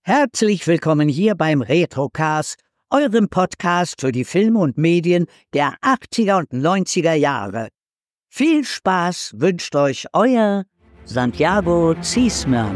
Herzlich willkommen hier beim Retrocast, eurem Podcast für die Filme und Medien der 80er und 90er Jahre. Viel Spaß wünscht euch euer Santiago Ziesmann.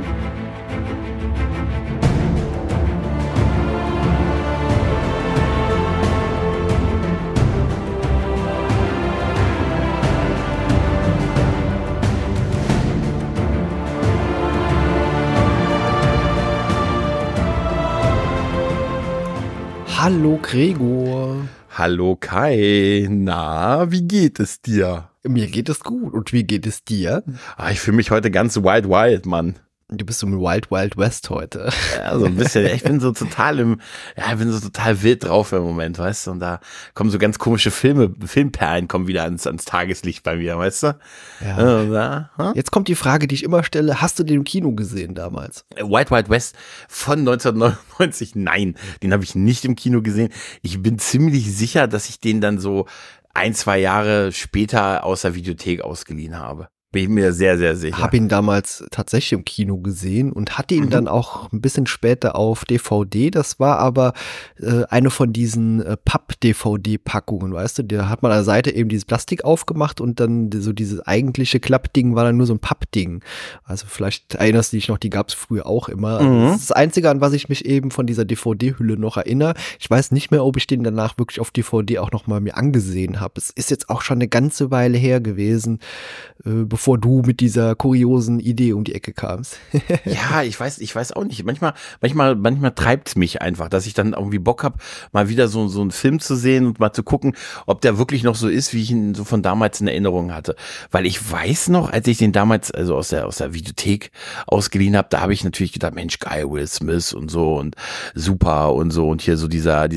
Hallo Gregor. Hallo Kai, na, wie geht es dir? Mir geht es gut. Und wie geht es dir? Ich fühle mich heute ganz wild, Mann. Du bist so im Wild West heute. Ja, so ein bisschen. Ich bin so total wild drauf im Moment, weißt du? Und da kommen so ganz komische Filmperlen kommen wieder ans Tageslicht bei mir, weißt du? Ja. Jetzt kommt die Frage, die ich immer stelle. Hast du den im Kino gesehen damals? Wild West von 1999? Nein, den habe ich nicht im Kino gesehen. Ich bin ziemlich sicher, dass ich den dann so 1-2 Jahre später aus der Videothek ausgeliehen habe. Bin ich mir sehr, sehr sicher. Habe ihn damals tatsächlich im Kino gesehen und hatte ihn dann auch ein bisschen später auf DVD. Das war aber eine von diesen Papp-DVD-Packungen, weißt du? Da hat man an der Seite eben dieses Plastik aufgemacht und dann so dieses eigentliche Klappding war dann nur so ein Pappding. Also vielleicht erinnerst du dich noch, die gab es früher auch immer. Das ist das Einzige, an was ich mich eben von dieser DVD-Hülle noch erinnere. Ich weiß nicht mehr, ob ich den danach wirklich auf DVD auch noch mal mir angesehen habe. Es ist jetzt auch schon eine ganze Weile her gewesen, bevor du mit dieser kuriosen Idee um die Ecke kamst. Ja, ich weiß auch nicht. Manchmal treibt's mich einfach, dass ich dann irgendwie Bock habe, mal wieder so einen Film zu sehen und mal zu gucken, ob der wirklich noch so ist, wie ich ihn so von damals in Erinnerung hatte. Weil ich weiß noch, als ich den damals also aus der Videothek ausgeliehen habe, da habe ich natürlich gedacht, Mensch, geil, Will Smith und so und super und so und hier so dieser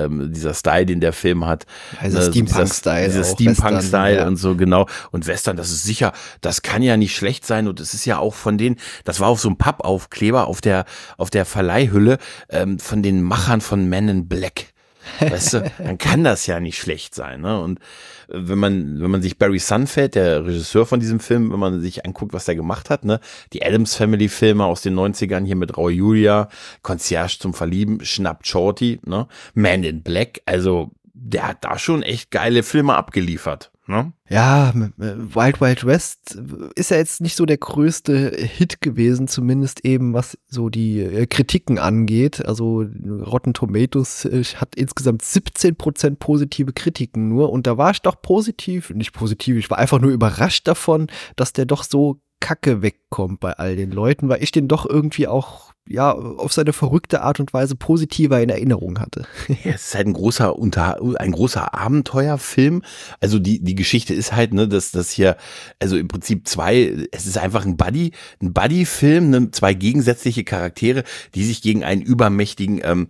Style, den der Film hat. Also Steampunk-Style. Dieser Steampunk-Style und so, genau. Und Western, das ist sicher, das kann ja nicht schlecht sein und es ist ja auch von denen, das war auf so einem Pappaufkleber auf der Verleihhülle von den Machern von Men in Black. Weißt du, dann kann das ja nicht schlecht sein, ne? Und wenn man sich Barry Sunfeld, der Regisseur von diesem Film, wenn man sich anguckt, was der gemacht hat, ne? Die Addams Family Filme aus den 90ern hier mit Raul Julia, Concierge zum Verlieben, Schnappt Shorty, ne? Man in Black, also der hat da schon echt geile Filme abgeliefert. Ne? Ja, Wild West ist ja jetzt nicht so der größte Hit gewesen, zumindest eben was so die Kritiken angeht. Also Rotten Tomatoes hat insgesamt 17% positive Kritiken nur und da war ich doch nicht positiv, ich war einfach nur überrascht davon, dass der doch so kacke wegkommt bei all den Leuten, weil ich den doch irgendwie auch auf seine verrückte Art und Weise positiver in Erinnerung hatte. Ja, es ist halt ein großer Abenteuerfilm. Also die Geschichte ist halt, ne, dass das hier, also im Prinzip es ist einfach ein Buddy-Film, ne, 2 gegensätzliche Charaktere, die sich gegen einen mächtigen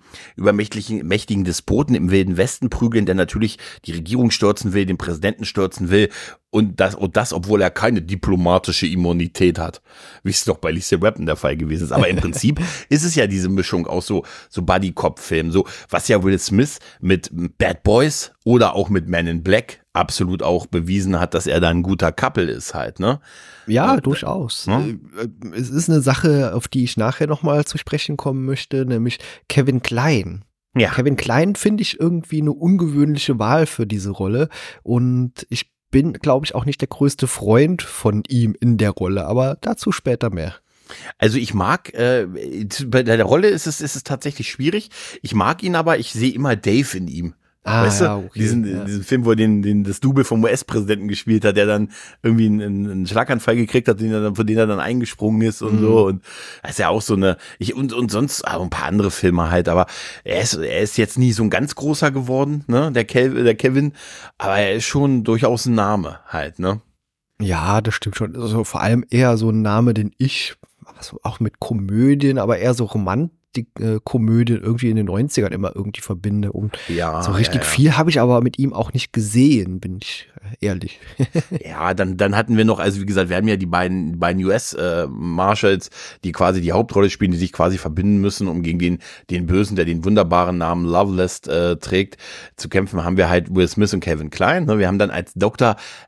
Despoten im Wilden Westen prügeln, der natürlich die Regierung stürzen will, den Präsidenten stürzen will. Und das, obwohl er keine diplomatische Immunität hat, wie es doch bei Lethal Weapon der Fall gewesen ist. Aber im Prinzip ist es ja diese Mischung aus so Buddy-Cop-Filmen, so was ja Will Smith mit Bad Boys oder auch mit Men in Black absolut auch bewiesen hat, dass er da ein guter Couple ist halt, ne? Ja, durchaus. Es ist eine Sache, auf die ich nachher nochmal zu sprechen kommen möchte, nämlich Kevin Kline. Ja. Kevin Kline finde ich irgendwie eine ungewöhnliche Wahl für diese Rolle und ich bin, glaube ich, auch nicht der größte Freund von ihm in der Rolle, aber dazu später mehr. Also ich mag, bei der Rolle ist es tatsächlich schwierig. Ich mag ihn aber, ich sehe immer Dave in ihm. Weißt du, okay, diesen Film, wo er das Double vom US-Präsidenten gespielt hat, der dann irgendwie einen Schlaganfall gekriegt hat, von dem er dann eingesprungen ist und so. Und das ist ja auch so und sonst auch ein paar andere Filme halt, aber er ist jetzt nie so ein ganz großer geworden, ne, der Kevin, aber er ist schon durchaus ein Name halt, ne. Ja, das stimmt schon. Also vor allem eher so ein Name, den ich, also auch mit Komödien, aber eher so Komödien irgendwie in den 90ern immer irgendwie verbinde. Und so richtig viel habe ich aber mit ihm auch nicht gesehen, bin ich ehrlich. Ja, dann hatten wir noch, also wie gesagt, wir haben ja die beiden US-Marshals, die quasi die Hauptrolle spielen, die sich quasi verbinden müssen, um gegen den Bösen, der den wunderbaren Namen Loveless trägt, zu kämpfen, haben wir halt Will Smith und Kevin Kline. Wir haben dann als Dr.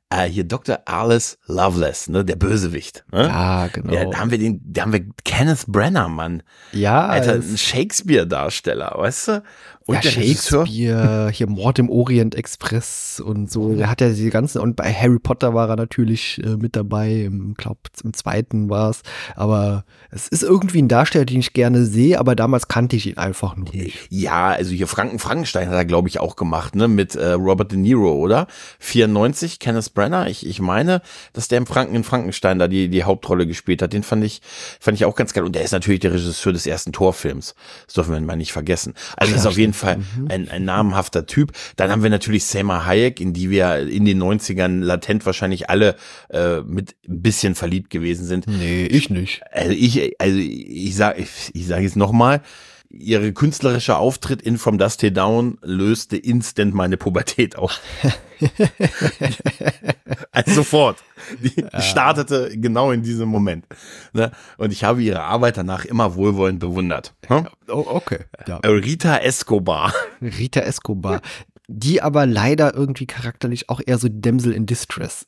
hier Dr. Alice Lovelace, ne, der Bösewicht. Ne? Ja, genau. Ja, da haben wir Kenneth Branagh, Mann. Ja, Alter, ein Shakespeare-Darsteller, weißt du? Und ja, der Regisseur, Shakespeare, hier Mord im Orient Express und so. Der hat ja die ganzen, und bei Harry Potter war er natürlich mit dabei, glaube im zweiten war es. Aber es ist irgendwie ein Darsteller, den ich gerne sehe, aber damals kannte ich ihn einfach nur nicht. ja, also hier Frankenstein hat er, glaube ich, auch gemacht, ne, mit Robert De Niro, oder? 94, Kenneth Branagh. Ich meine, dass der in Frankenstein da die Hauptrolle gespielt hat. Den fand ich auch ganz geil. Und der ist natürlich der Regisseur des ersten Torfilms. Das dürfen wir mal nicht vergessen. Also das ist auf jeden Fall ein namhafter Typ. Dann haben wir natürlich Salma Hayek, in die wir in den 90ern latent wahrscheinlich alle mit ein bisschen verliebt gewesen sind. Nee, ich nicht. Ich sage es nochmal, ihre künstlerische Auftritt in From Dusk Till Dawn löste instant meine Pubertät auf. Also sofort. Die startete genau in diesem Moment. Ne? Und ich habe ihre Arbeit danach immer wohlwollend bewundert. Hm? Oh, okay. Ja. Rita Escobar. Rita Escobar. Die aber leider irgendwie charakterlich auch eher so Damsel in Distress.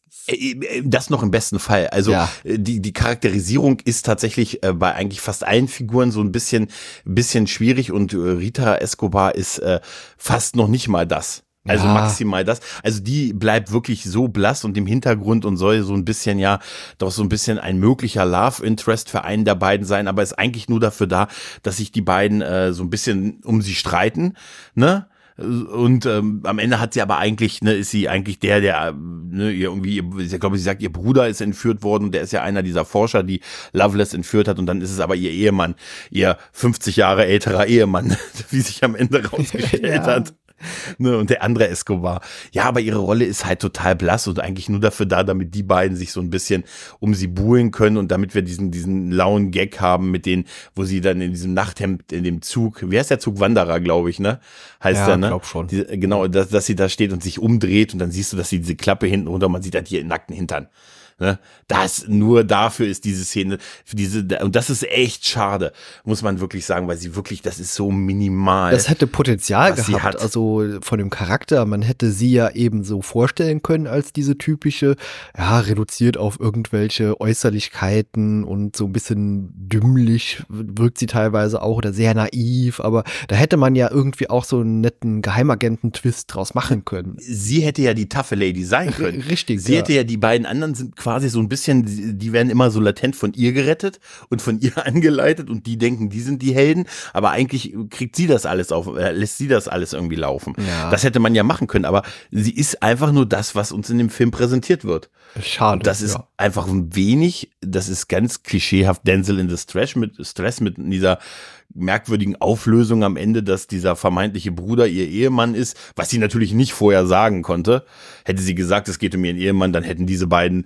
Das noch im besten Fall. Also ja. Die Charakterisierung ist tatsächlich bei eigentlich fast allen Figuren so ein bisschen schwierig und Rita Escobar ist fast noch nicht mal das. Also maximal das. Also die bleibt wirklich so blass und im Hintergrund und soll so ein bisschen doch so ein bisschen ein möglicher Love Interest für einen der beiden sein, aber ist eigentlich nur dafür da, dass sich die beiden so ein bisschen um sie streiten, ne? Und am Ende hat sie aber eigentlich, ist sie eigentlich der irgendwie, ich glaube, sie sagt, ihr Bruder ist entführt worden und der ist ja einer dieser Forscher, die Loveless entführt hat und dann ist es aber ihr Ehemann, ihr 50 Jahre älterer Ehemann, wie sich am Ende rausgestellt hat. Ne, und der andere Escobar. Ja, aber ihre Rolle ist halt total blass und eigentlich nur dafür da, damit die beiden sich so ein bisschen um sie buhlen können und damit wir diesen lauen Gag haben mit denen, wo sie dann in diesem Nachthemd in dem Zug, wie heißt der Zug? Wanderer, glaube ich, ne? Heißt der, ne? Glaub schon. Genau, dass sie da steht und sich umdreht und dann siehst du, dass sie diese Klappe hinten runter, man sieht halt hier nackten Hintern. Ne? Das nur dafür ist diese Szene, und das ist echt schade, muss man wirklich sagen, weil sie wirklich, das ist so minimal. Das hätte Potenzial was sie gehabt, hat. also von dem Charakter, man hätte sie ja eben so vorstellen können als diese typische, reduziert auf irgendwelche Äußerlichkeiten und so ein bisschen dümmlich wirkt sie teilweise auch oder sehr naiv, aber da hätte man ja irgendwie auch so einen netten Geheimagenten-Twist draus machen können. Sie hätte ja die taffe Lady sein können. Richtig, Sie hätte ja, die beiden anderen sind quasi so ein bisschen, die werden immer so latent von ihr gerettet und von ihr angeleitet und die denken, die sind die Helden, aber eigentlich kriegt sie das alles lässt sie das alles irgendwie laufen. Ja. Das hätte man ja machen können, aber sie ist einfach nur das, was uns in dem Film präsentiert wird. Schade. Und das ist einfach ein wenig, das ist ganz klischeehaft Denzel in the Stress mit dieser merkwürdigen Auflösung am Ende, dass dieser vermeintliche Bruder ihr Ehemann ist, was sie natürlich nicht vorher sagen konnte. Hätte sie gesagt, es geht um ihren Ehemann, dann hätten diese beiden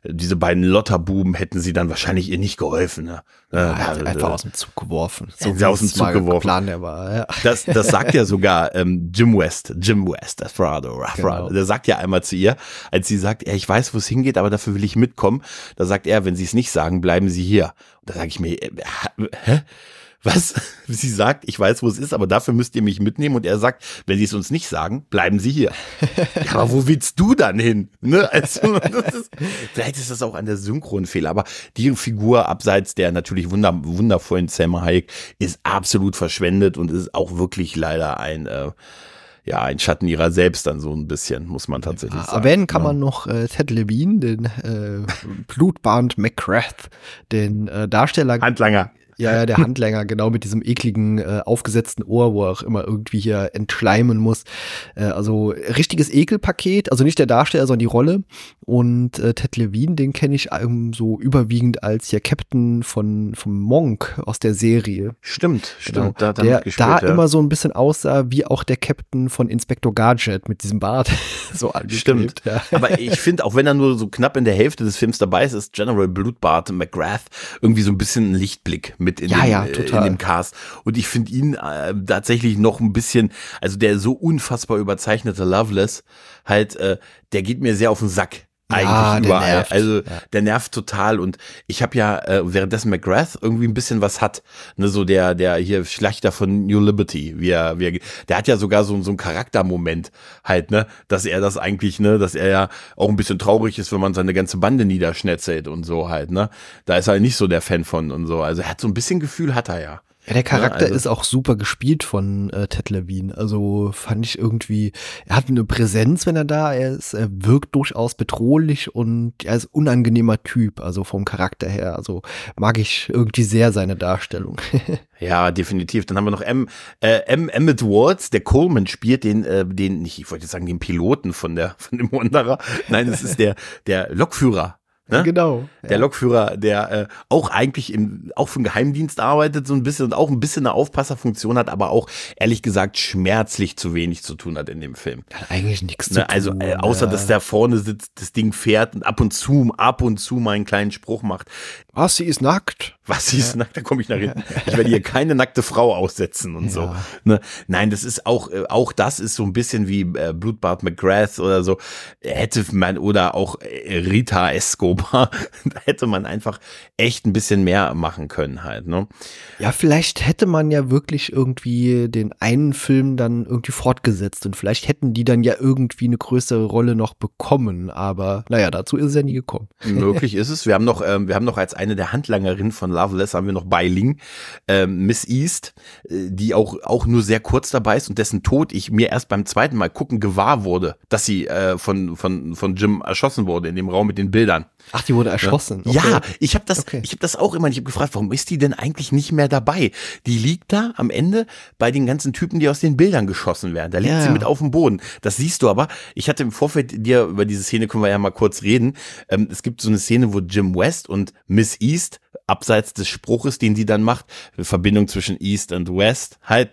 Lotterbuben hätten sie dann wahrscheinlich ihr nicht geholfen. Ne? Einfach aus dem Zug geworfen. So wie aus dem Zug geworfen. Plan der war. Ja. Das sagt ja sogar Jim West, das Frado. Genau. Der sagt ja einmal zu ihr, als sie sagt, ich weiß, wo es hingeht, aber dafür will ich mitkommen. Da sagt er, wenn sie es nicht sagen, bleiben sie hier. Und da sage ich mir, hä? Was? Sie sagt, ich weiß, wo es ist, aber dafür müsst ihr mich mitnehmen. Und er sagt, wenn sie es uns nicht sagen, bleiben sie hier. Ja, aber wo willst du dann hin? Ne? Also, vielleicht ist das auch an der Synchronfehler, aber die Figur abseits der natürlich wundervollen Salma Hayek ist absolut verschwendet und ist auch wirklich leider ein Schatten ihrer selbst dann so ein bisschen, muss man tatsächlich sagen. Erwähnen kann man noch Ted Levine, den Blutband McGrath, den Darsteller. Handlanger. Ja, der Handlänger, genau, mit diesem ekligen, aufgesetzten Ohr, wo er auch immer irgendwie hier entschleimen muss. Also richtiges Ekelpaket, also nicht der Darsteller, sondern die Rolle. Und Ted Levine, den kenne ich so überwiegend als ja Captain vom Monk aus der Serie. Stimmt. Genau. Da immer so ein bisschen aussah wie auch der Captain von Inspector Gadget mit diesem Bart so angeklebt. Stimmt. Ja. Aber ich finde, auch wenn er nur so knapp in der Hälfte des Films dabei ist General Blutbart McGrath irgendwie so ein bisschen ein Lichtblick mit in dem Cast. Und ich finde ihn tatsächlich noch ein bisschen, also der so unfassbar überzeichnete Loveless, halt, der geht mir sehr auf den Sack. Eigentlich Ja, der überall. nervt. Also Ja. der nervt total und ich habe ja währenddessen McGrath irgendwie ein bisschen was hat, ne, so der hier Schlachter von New Liberty, der hat ja sogar so einen Charaktermoment halt, ne, dass er das eigentlich, ne, dass er ja auch ein bisschen traurig ist, wenn man seine ganze Bande niederschnetzelt und so halt, ne, da ist er nicht so der Fan von und so, also er hat so ein bisschen Gefühl, hat er ja. Ja, der Charakter Ja, also- ist auch super gespielt von Ted Levine. Also fand ich irgendwie, er hat eine Präsenz, wenn er er wirkt durchaus bedrohlich und er ist ein unangenehmer Typ, also vom Charakter her. Also mag ich irgendwie sehr seine Darstellung. Ja, definitiv. Dann haben wir noch Emmett Waltz, der Coleman spielt den nicht, ich wollte jetzt sagen, den Piloten von dem Wanderer. Nein, es ist der Lokführer. Ne? Genau. Der Lokführer, der auch eigentlich auch für den Geheimdienst arbeitet, so ein bisschen und auch ein bisschen eine Aufpasserfunktion hat, aber auch ehrlich gesagt schmerzlich zu wenig zu tun hat in dem Film. Hat eigentlich nichts zu Ne? tun. Also außer dass der vorne sitzt, das Ding fährt und ab und zu mal einen kleinen Spruch macht. Was, sie ist nackt? Was ist nackt? Da komme ich nach hinten. Ich werde hier keine nackte Frau aussetzen und so. Ne? Nein, das ist auch das ist so ein bisschen wie Blutbad McGrath oder so. Hätte man, oder auch Rita Escobar, da hätte man einfach echt ein bisschen mehr machen können halt. Ne? Ja, vielleicht hätte man ja wirklich irgendwie den einen Film dann irgendwie fortgesetzt und vielleicht hätten die dann ja irgendwie eine größere Rolle noch bekommen, aber naja, dazu ist es ja nie gekommen. Möglich ist es. Wir haben noch als eine der Handlangerinnen von Loveless haben wir noch Bai Ling, Miss East, die auch nur sehr kurz dabei ist und dessen Tod ich mir erst beim zweiten Mal gucken gewahr wurde, dass sie von Jim erschossen wurde in dem Raum mit den Bildern. Ach, die wurde erschossen. Okay. Ja, ich habe Okay. das auch immer. Ich habe gefragt, warum ist die denn eigentlich nicht mehr dabei? Die liegt da am Ende bei den ganzen Typen, die aus den Bildern geschossen werden. Da liegt Ja. sie mit auf dem Boden. Das siehst du aber. Ich hatte im Vorfeld dir über diese Szene können wir ja mal kurz reden. Es gibt so eine Szene, wo Jim West und Miss East abseits des Spruches, den sie dann macht, Verbindung zwischen East und West, halt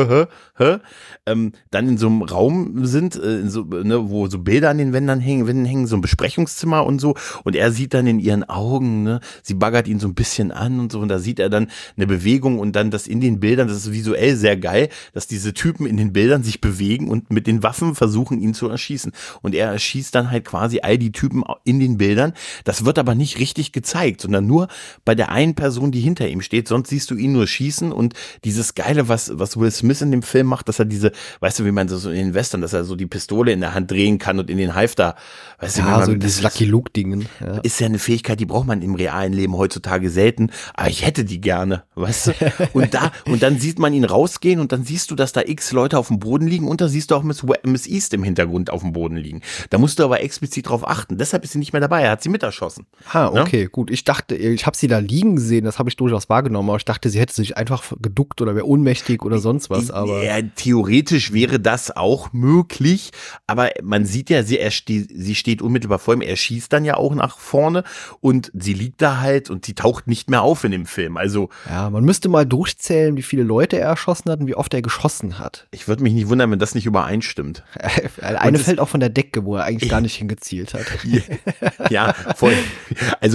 dann in so einem Raum sind, wo so Bilder an den Wänden hängen, so ein Besprechungszimmer und so, und er sieht dann in ihren Augen, ne, sie baggert ihn so ein bisschen an und so, und da sieht er dann eine Bewegung und dann das in den Bildern, das ist visuell sehr geil, dass diese Typen in den Bildern sich bewegen und mit den Waffen versuchen, ihn zu erschießen, und er erschießt dann halt quasi all die Typen in den Bildern. Das wird aber nicht richtig gezeigt, sondern nur bei der einen Person, die hinter ihm steht, sonst siehst du ihn nur schießen, und dieses Geile, was Will Smith in dem Film macht, dass er weißt du, wie man so in den Western, dass er so die Pistole in der Hand drehen kann und in den Halfter, weißt du, wie Ja, man, so dieses Lucky Luke-Dingen. Ja. ist ja eine Fähigkeit, die braucht man im realen Leben heutzutage selten, aber ich hätte die gerne, weißt du? Und dann sieht man ihn rausgehen und dann siehst du, dass da x Leute auf dem Boden liegen, und da siehst du auch Miss East im Hintergrund auf dem Boden liegen. Da musst du aber explizit drauf achten. Deshalb ist sie nicht mehr dabei. Er hat sie mit erschossen. Okay, gut. Ich dachte, ich habe sie da liegen gesehen, das habe ich durchaus wahrgenommen, aber ich dachte, sie hätte sich einfach geduckt oder wäre ohnmächtig oder sonst was. Aber Ja, theoretisch wäre das auch möglich, aber man sieht ja, sie steht unmittelbar vor ihm, er schießt dann ja auch nach vorne und sie liegt da halt und sie taucht nicht mehr auf in dem Film. Also ja, man müsste mal durchzählen, wie viele Leute er erschossen hat und wie oft er geschossen hat. ich würde mich nicht wundern, wenn das nicht übereinstimmt. Eine fällt auch von der Decke, wo er eigentlich gar nicht hingezielt hat. Ja, voll. Also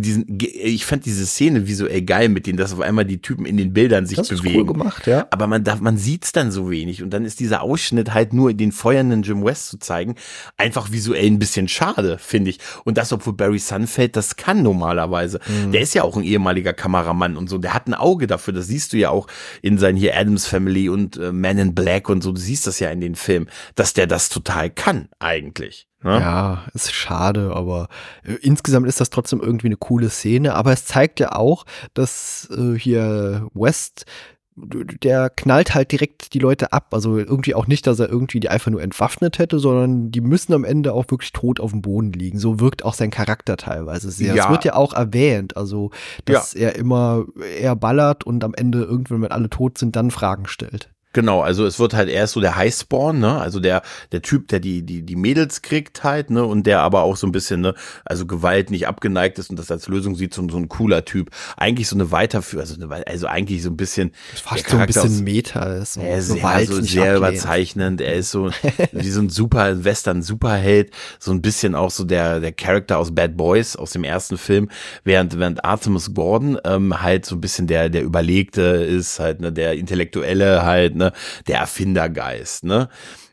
ich fand diese Szene visuell geil, mit denen, dass auf einmal die Typen in den Bildern sich Das ist bewegen. cool gemacht, ja. Aber man sieht's dann so wenig, und dann ist dieser Ausschnitt halt nur den feuernden Jim West zu zeigen, einfach visuell ein bisschen schade, finde ich. Und das, obwohl Barry Sunfeld das kann normalerweise. Der ist ja auch ein ehemaliger Kameramann und so, der hat ein Auge dafür, das siehst du ja auch in seinen hier Addams Family und Man in Black und so, du siehst das ja in den Filmen, dass der das total kann eigentlich. Ne? Ja, ist schade, aber insgesamt ist das trotzdem irgendwie eine coole Szene. Aber es zeigt ja auch, dass hier West, der knallt halt direkt die Leute ab. Also irgendwie auch nicht, dass er irgendwie die einfach nur entwaffnet hätte, sondern die müssen am Ende auch wirklich tot auf dem Boden liegen. So wirkt auch sein Charakter teilweise sehr. Ja. Es wird ja auch erwähnt, also dass er immer eher ballert und am Ende irgendwann, wenn alle tot sind, dann Fragen stellt. Genau, also es wird halt erst so der Highspawn, ne, also der Typ, der die Mädels kriegt halt, ne, und der aber auch so ein bisschen, ne, also Gewalt nicht abgeneigt ist und das als Lösung sieht, so ein cooler Typ. Eigentlich so eine Weiterführung, also eigentlich so ein bisschen. Fast so ein bisschen Meta ist. Er ist Gewalt so nicht sehr ablehnt. überzeichnend, er ist so wie so ein super Western-Superheld, so ein bisschen auch so der Charakter aus Bad Boys, aus dem ersten Film, während Artemus Gordon halt so ein bisschen der Überlegte ist, halt, ne, der Intellektuelle halt, ne, der Erfindergeist, ne.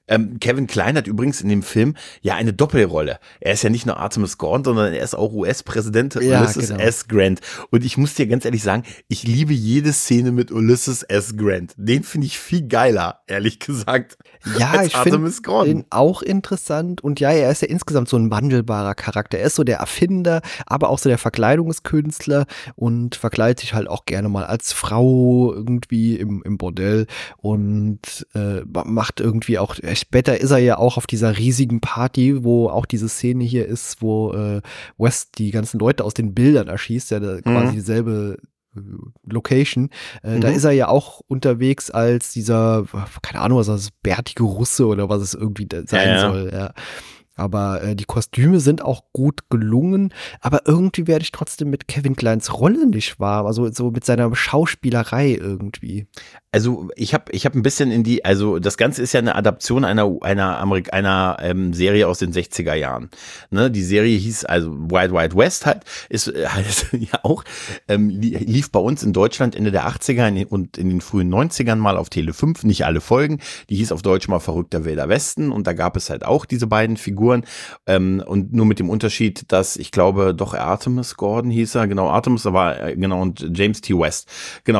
Kevin Kline hat übrigens in dem Film ja eine Doppelrolle. Er ist ja nicht nur Artemis Gaunt, sondern er ist auch US-Präsident Ulysses S. Grant. Und ich muss dir ganz ehrlich sagen, ich liebe jede Szene mit Ulysses S. Grant. Den finde ich viel geiler, ehrlich gesagt. Ja, ich finde ihn auch interessant. Und ja, er ist ja insgesamt so ein wandelbarer Charakter. Er ist so der Erfinder, aber auch so der Verkleidungskünstler und verkleidet sich halt auch gerne mal als Frau irgendwie im Bordell und macht irgendwie auch, später ist er ja auch auf dieser riesigen Party, wo auch diese Szene hier ist, wo West die ganzen Leute aus den Bildern erschießt, ja quasi dieselbe Location. Da ist er ja auch unterwegs als dieser, keine Ahnung, was das, bärtige Russe oder was es irgendwie sein soll. Ja. Aber die Kostüme sind auch gut gelungen, aber irgendwie werde ich trotzdem mit Kevin Klines Rolle nicht warm, also so mit seiner Schauspielerei irgendwie. Also ich hab ein bisschen also das Ganze ist ja eine Adaption einer Serie aus den 60er Jahren. Ne, die Serie hieß also Wild Wild West halt, ist halt ja auch, lief bei uns in Deutschland Ende der 80er und in den frühen 90ern mal auf Tele 5, nicht alle Folgen. Die hieß auf Deutsch mal Verrückter Wilder Westen und da gab es halt auch diese beiden Figuren. Und nur mit dem Unterschied, dass ich glaube, doch Artemis Gordon hieß er, genau, Artemis war, genau, und James T. West, genau.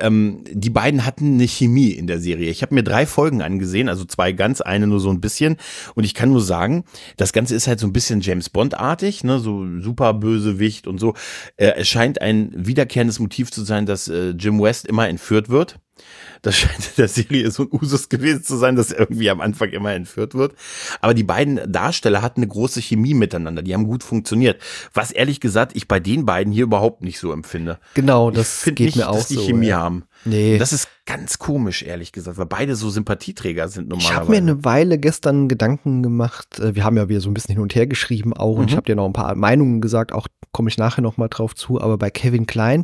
Die beiden hatten eine Chemie in der Serie. Ich habe mir 3 Folgen angesehen, also 2 ganz, eine nur so ein bisschen und ich kann nur sagen, das Ganze ist halt so ein bisschen James Bond-artig, ne, so super Bösewicht und so. Es scheint ein wiederkehrendes Motiv zu sein, dass Jim West immer entführt wird. Das scheint in der Serie so ein Usus gewesen zu sein, dass er irgendwie am Anfang immer entführt wird. Aber die beiden Darsteller hatten eine große Chemie miteinander. Die haben gut funktioniert. Was ehrlich gesagt ich bei den beiden hier überhaupt nicht so empfinde. Genau, das geht nicht, mir auch dass die so. Chemie haben. Nee. Das ist ganz komisch, ehrlich gesagt, weil beide so Sympathieträger sind normalerweise. Ich habe mir eine Weile gestern Gedanken gemacht. Wir haben ja wieder so ein bisschen hin und her geschrieben auch und ich habe dir noch ein paar Meinungen gesagt, auch komme ich nachher noch mal drauf zu. Aber bei Kevin Kline,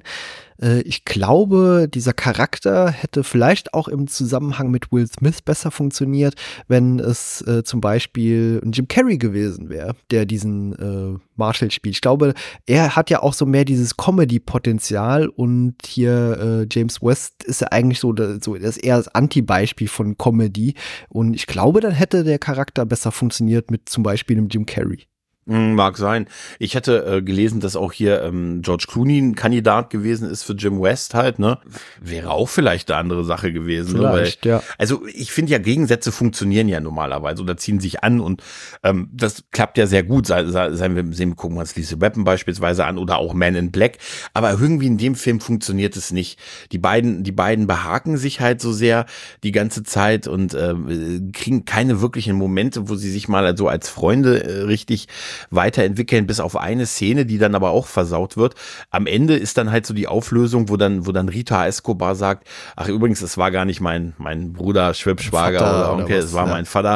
ich glaube, dieser Charakter hätte vielleicht auch im Zusammenhang mit Will Smith besser funktioniert, wenn es zum Beispiel ein Jim Carrey gewesen wäre, der diesen Marshall spielt. Ich glaube, er hat ja auch so mehr dieses Comedy-Potenzial und hier James West ist ja eigentlich so das eher das Anti-Beispiel von Comedy und ich glaube, dann hätte der Charakter besser funktioniert mit zum Beispiel einem Jim Carrey. Mag sein. Ich hatte gelesen, dass auch hier George Clooney ein Kandidat gewesen ist für Jim West halt, ne? Wäre auch vielleicht eine andere Sache gewesen. Vielleicht, ne? Ja. Also ich finde ja, Gegensätze funktionieren ja normalerweise oder ziehen sich an und das klappt ja sehr gut. Wir gucken uns Lethal Weapon beispielsweise an oder auch Man in Black. Aber irgendwie in dem Film funktioniert es nicht. Die beiden behaken sich halt so sehr die ganze Zeit und kriegen keine wirklichen Momente, wo sie sich mal so als Freunde richtig weiterentwickeln, bis auf eine Szene, die dann aber auch versaut wird. Am Ende ist dann halt so die Auflösung, wo dann Rita Escobar sagt, ach übrigens, es war gar nicht mein Bruder, Schwibschwager oder Onkel, es war mein Vater,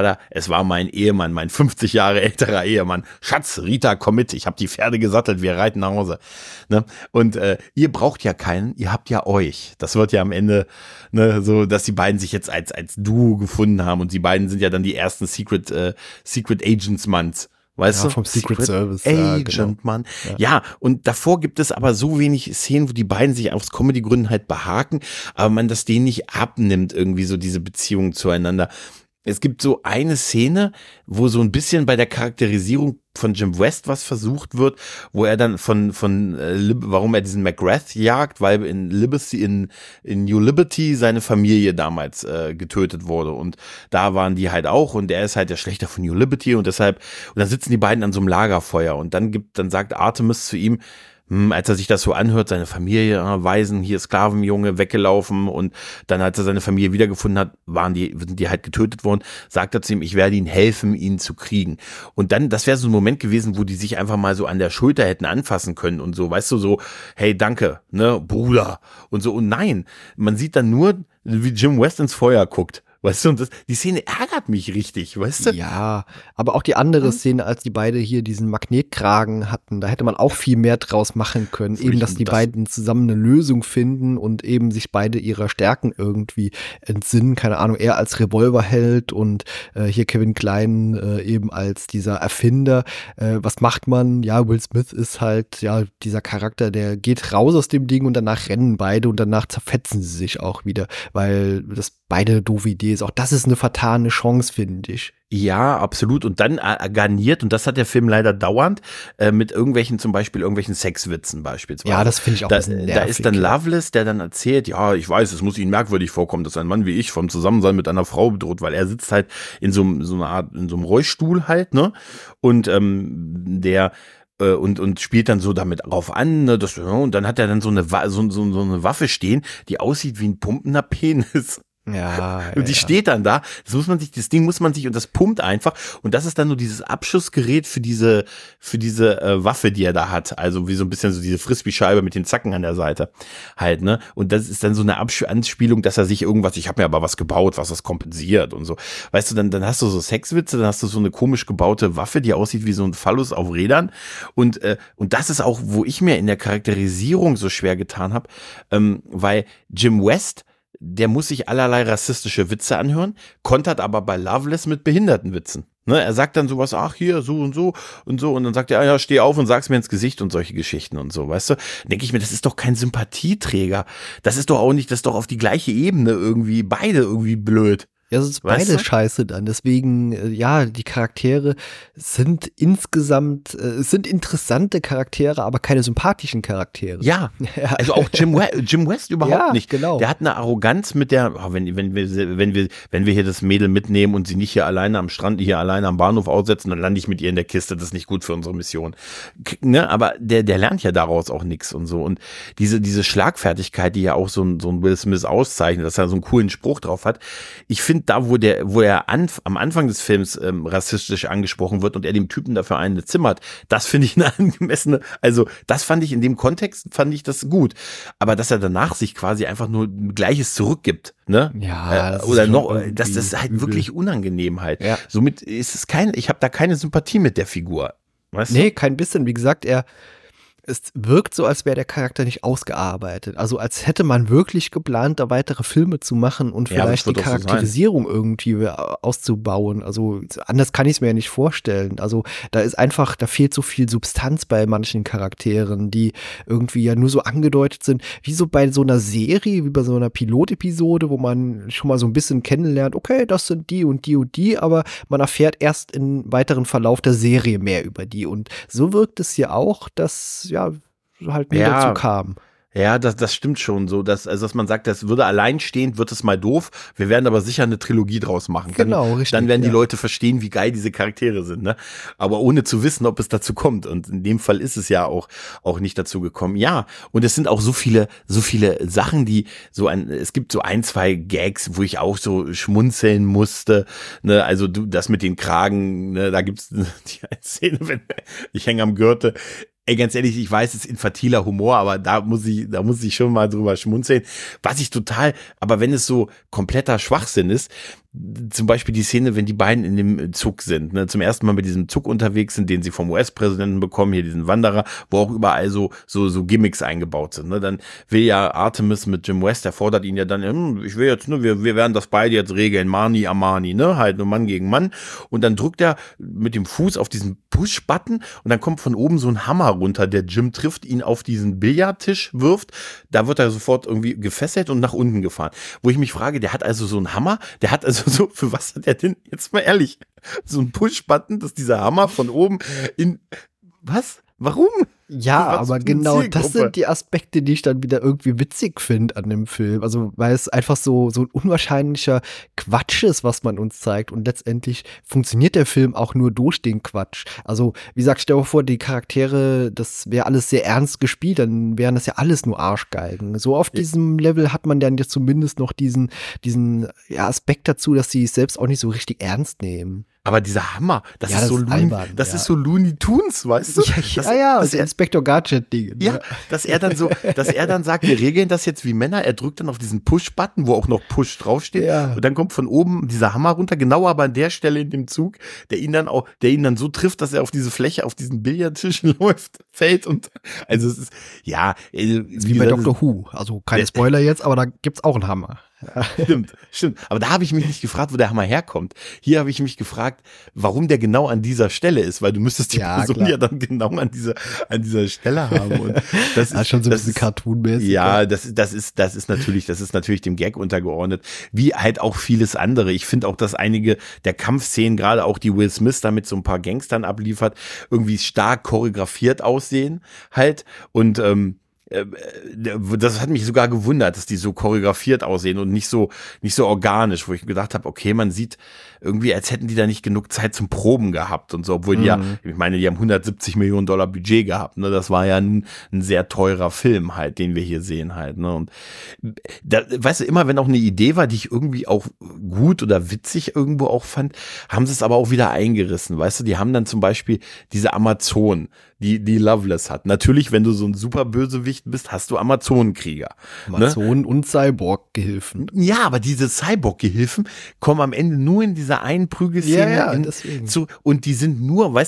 es war mein Ehemann, mein 50 Jahre älterer Ehemann. Schatz, Rita, komm mit, ich habe die Pferde gesattelt, wir reiten nach Hause. Ne? Und ihr braucht ja keinen, ihr habt ja euch. Das wird ja am Ende, ne, so, dass die beiden sich jetzt als Duo gefunden haben und die beiden sind ja dann die ersten Secret Agents Manns. Weißt du? Vom Secret Service. Agent, genau. Mann. Ja, und davor gibt es aber so wenig Szenen, wo die beiden sich aus Comedy-Gründen halt behaken, aber man das denen nicht abnimmt, irgendwie so diese Beziehung zueinander. Es gibt so eine Szene, wo so ein bisschen bei der Charakterisierung von Jim West was versucht wird, wo er dann warum er diesen McGrath jagt, weil in New Liberty seine Familie damals getötet wurde und da waren die halt auch und er ist halt der Schlechter von New Liberty und dann sitzen die beiden an so einem Lagerfeuer und dann sagt Artemis zu ihm, als er sich das so anhört, seine Familie, Waisen, hier Sklavenjunge, weggelaufen und dann, als er seine Familie wiedergefunden hat, sind die halt getötet worden, sagt er zu ihm, ich werde ihnen helfen, ihn zu kriegen. Und dann, das wäre so ein Moment gewesen, wo die sich einfach mal so an der Schulter hätten anfassen können und so, weißt du, so, hey, danke, ne, Bruder und so. Und nein, man sieht dann nur, wie Jim West ins Feuer guckt. Weißt du, und die Szene ärgert mich richtig, weißt du? Ja, aber auch die andere Szene, als die beide hier diesen Magnetkragen hatten, da hätte man auch viel mehr draus machen können. Eben, dass die beiden zusammen eine Lösung finden und eben sich beide ihrer Stärken irgendwie entsinnen. Keine Ahnung, er als Revolverheld und hier Kevin Kline eben als dieser Erfinder. Was macht man? Ja, Will Smith ist halt, ja, dieser Charakter, der geht raus aus dem Ding und danach rennen beide und danach zerfetzen sie sich auch wieder, weil das beide doofe Ideen lese. Auch das ist eine vertane Chance, finde ich. Ja, absolut. Und dann garniert, und das hat der Film leider dauernd, mit zum Beispiel irgendwelchen Sexwitzen beispielsweise. Ja, das finde ich auch ein bisschen nervig. Da ist dann Loveless, der dann erzählt, ja, ich weiß, es muss Ihnen merkwürdig vorkommen, dass ein Mann wie ich vom Zusammensein mit einer Frau bedroht, weil er sitzt halt in so einer Art, in so einem Rollstuhl halt, ne? Und und spielt dann so damit drauf an, ne, und dann hat er dann so eine Waffe stehen, die aussieht wie ein pumpender Penis. Ja, und die steht dann da, das Ding muss man sich, und das pumpt einfach, und das ist dann nur dieses Abschussgerät für diese Waffe, die er da hat, also wie so ein bisschen so diese Frisbee-Scheibe mit den Zacken an der Seite halt, ne, und das ist dann so eine Anspielung, dass er sich ich habe mir aber was gebaut, was das kompensiert und so, weißt du, dann hast du so Sexwitze, dann hast du so eine komisch gebaute Waffe, die aussieht wie so ein Phallus auf Rädern, und das ist auch, wo ich mir in der Charakterisierung so schwer getan habe, weil Jim West, der muss sich allerlei rassistische Witze anhören, kontert aber bei Loveless mit Behindertenwitzen. Ne, er sagt dann sowas, ach hier, so und so, und dann sagt er, ja, steh auf und sag's mir ins Gesicht und solche Geschichten und so, weißt du? Denke ich mir, das ist doch kein Sympathieträger. Das ist doch auf die gleiche Ebene irgendwie, beide irgendwie blöd. Ja, es ist beide scheiße dann. Deswegen, die Charaktere sind insgesamt, sind interessante Charaktere, aber keine sympathischen Charaktere. Ja, also auch Jim West überhaupt nicht. Genau. Der hat eine Arroganz mit der, wenn wir hier das Mädel mitnehmen und sie nicht hier alleine am Strand, hier alleine am Bahnhof aussetzen, dann lande ich mit ihr in der Kiste, das ist nicht gut für unsere Mission. Ne? Aber der lernt ja daraus auch nichts und so. Und diese Schlagfertigkeit, die ja auch so ein Will Smith auszeichnet, dass er so einen coolen Spruch drauf hat, ich finde, da, wo er am Anfang des Films rassistisch angesprochen wird und er dem Typen dafür eine zimmert, das finde ich eine angemessene, also das fand ich in dem Kontext, fand ich das gut. Aber dass er danach sich quasi einfach nur Gleiches zurückgibt, ne? Ja, oder noch, das ist halt übel. Wirklich unangenehm halt. Ja. Somit ist es ich habe da keine Sympathie mit der Figur. Weißt du? Kein bisschen. Wie gesagt, es wirkt so, als wäre der Charakter nicht ausgearbeitet. Also als hätte man wirklich geplant, da weitere Filme zu machen und vielleicht die Charakterisierung irgendwie auszubauen. Also anders kann ich es mir ja nicht vorstellen. Also da fehlt so viel Substanz bei manchen Charakteren, die irgendwie ja nur so angedeutet sind, wie so bei so einer Serie, wie bei so einer Pilotepisode, wo man schon mal so ein bisschen kennenlernt, okay, das sind die und die und die, aber man erfährt erst im weiteren Verlauf der Serie mehr über die. Und so wirkt es hier auch, dass halt nie dazu kam. Ja, das stimmt schon so, dass man sagt, das würde alleinstehend, wird es mal doof, wir werden aber sicher eine Trilogie draus machen. Genau, richtig. Dann werden die Leute verstehen, wie geil diese Charaktere sind, ne? Aber ohne zu wissen, ob es dazu kommt. Und in dem Fall ist es ja auch nicht dazu gekommen. Ja, und es sind auch so viele Sachen, die es gibt so 1, 2 Gags, wo ich auch so schmunzeln musste, ne? Also das mit den Kragen, ne? Da gibt's die Szene, ich hänge am Gürtel. Ey, ganz ehrlich, ich weiß, es ist infantiler Humor, aber da muss ich schon mal drüber schmunzeln. Aber wenn es so kompletter Schwachsinn ist, zum Beispiel die Szene, wenn die beiden in dem Zug sind, ne, zum ersten Mal mit diesem Zug unterwegs sind, den sie vom US-Präsidenten bekommen, hier diesen Wanderer, wo auch überall so Gimmicks eingebaut sind, ne, dann will ja Artemis mit Jim West, der fordert ihn ja dann, ich will jetzt, ne, wir werden das beide jetzt regeln, Mani Amani, ne, halt nur Mann gegen Mann, und dann drückt er mit dem Fuß auf diesen Push-Button und dann kommt von oben so ein Hammer runter, der Jim trifft, ihn auf diesen Billardtisch wirft, da wird er sofort irgendwie gefesselt und nach unten gefahren, wo ich mich frage, der hat also so einen Hammer, so, für was hat er denn, jetzt mal ehrlich, so ein Push-Button, dass dieser Hammer von oben was? Warum? Ja, aber genau, das sind die Aspekte, die ich dann wieder irgendwie witzig finde an dem Film. Also, weil es einfach so ein unwahrscheinlicher Quatsch ist, was man uns zeigt. Und letztendlich funktioniert der Film auch nur durch den Quatsch. Also, wie gesagt, stell dir vor, die Charaktere, das wäre alles sehr ernst gespielt, dann wären das ja alles nur Arschgeigen. So auf diesem Level hat man dann jetzt zumindest noch diesen Aspekt dazu, dass sie es selbst auch nicht so richtig ernst nehmen. Aber dieser Hammer, das ist so Looney Tunes, weißt du? Das Inspector Gadget-Ding. Ja, ne? dass er dann sagt, wir regeln das jetzt wie Männer. Er drückt dann auf diesen Push-Button, wo auch noch Push draufsteht. Ja. Und dann kommt von oben dieser Hammer runter, genau aber an der Stelle in dem Zug, der ihn dann so trifft, dass er auf diese Fläche, auf diesen Billardtisch fällt. Und also es ist, ja. Wie bei Dr. Who. Also keine Spoiler jetzt, aber da gibt's auch einen Hammer. Stimmt. Aber da habe ich mich nicht gefragt, wo der Hammer herkommt. Hier habe ich mich gefragt, warum der genau an dieser Stelle ist, weil du müsstest die Person ja dann genau an dieser Stelle haben. Und das ist schon so ein bisschen cartoonmäßig. Ja, das ist natürlich dem Gag untergeordnet, wie halt auch vieles andere. Ich finde auch, dass einige der Kampfszenen, gerade auch die Will Smith da mit so ein paar Gangstern abliefert, irgendwie stark choreografiert aussehen halt. Und das hat mich sogar gewundert, dass die so choreografiert aussehen und nicht so organisch, wo ich gedacht habe, okay, man sieht irgendwie, als hätten die da nicht genug Zeit zum Proben gehabt und so, obwohl die ich meine, die haben $170 Millionen Budget gehabt, ne, das war ja ein sehr teurer Film halt, den wir hier sehen halt, ne, und da, weißt du, immer wenn auch eine Idee war, die ich irgendwie auch gut oder witzig irgendwo auch fand, haben sie es aber auch wieder eingerissen, weißt du, die haben dann zum Beispiel diese Amazon, die Loveless hat. Natürlich, wenn du so ein super Bösewicht bist, hast du Amazonenkrieger. Amazonen, ne? Und Cyborg-Gehilfen. Ja, aber diese Cyborg-Gehilfen kommen am Ende nur in dieser einen Prügelszene und die sind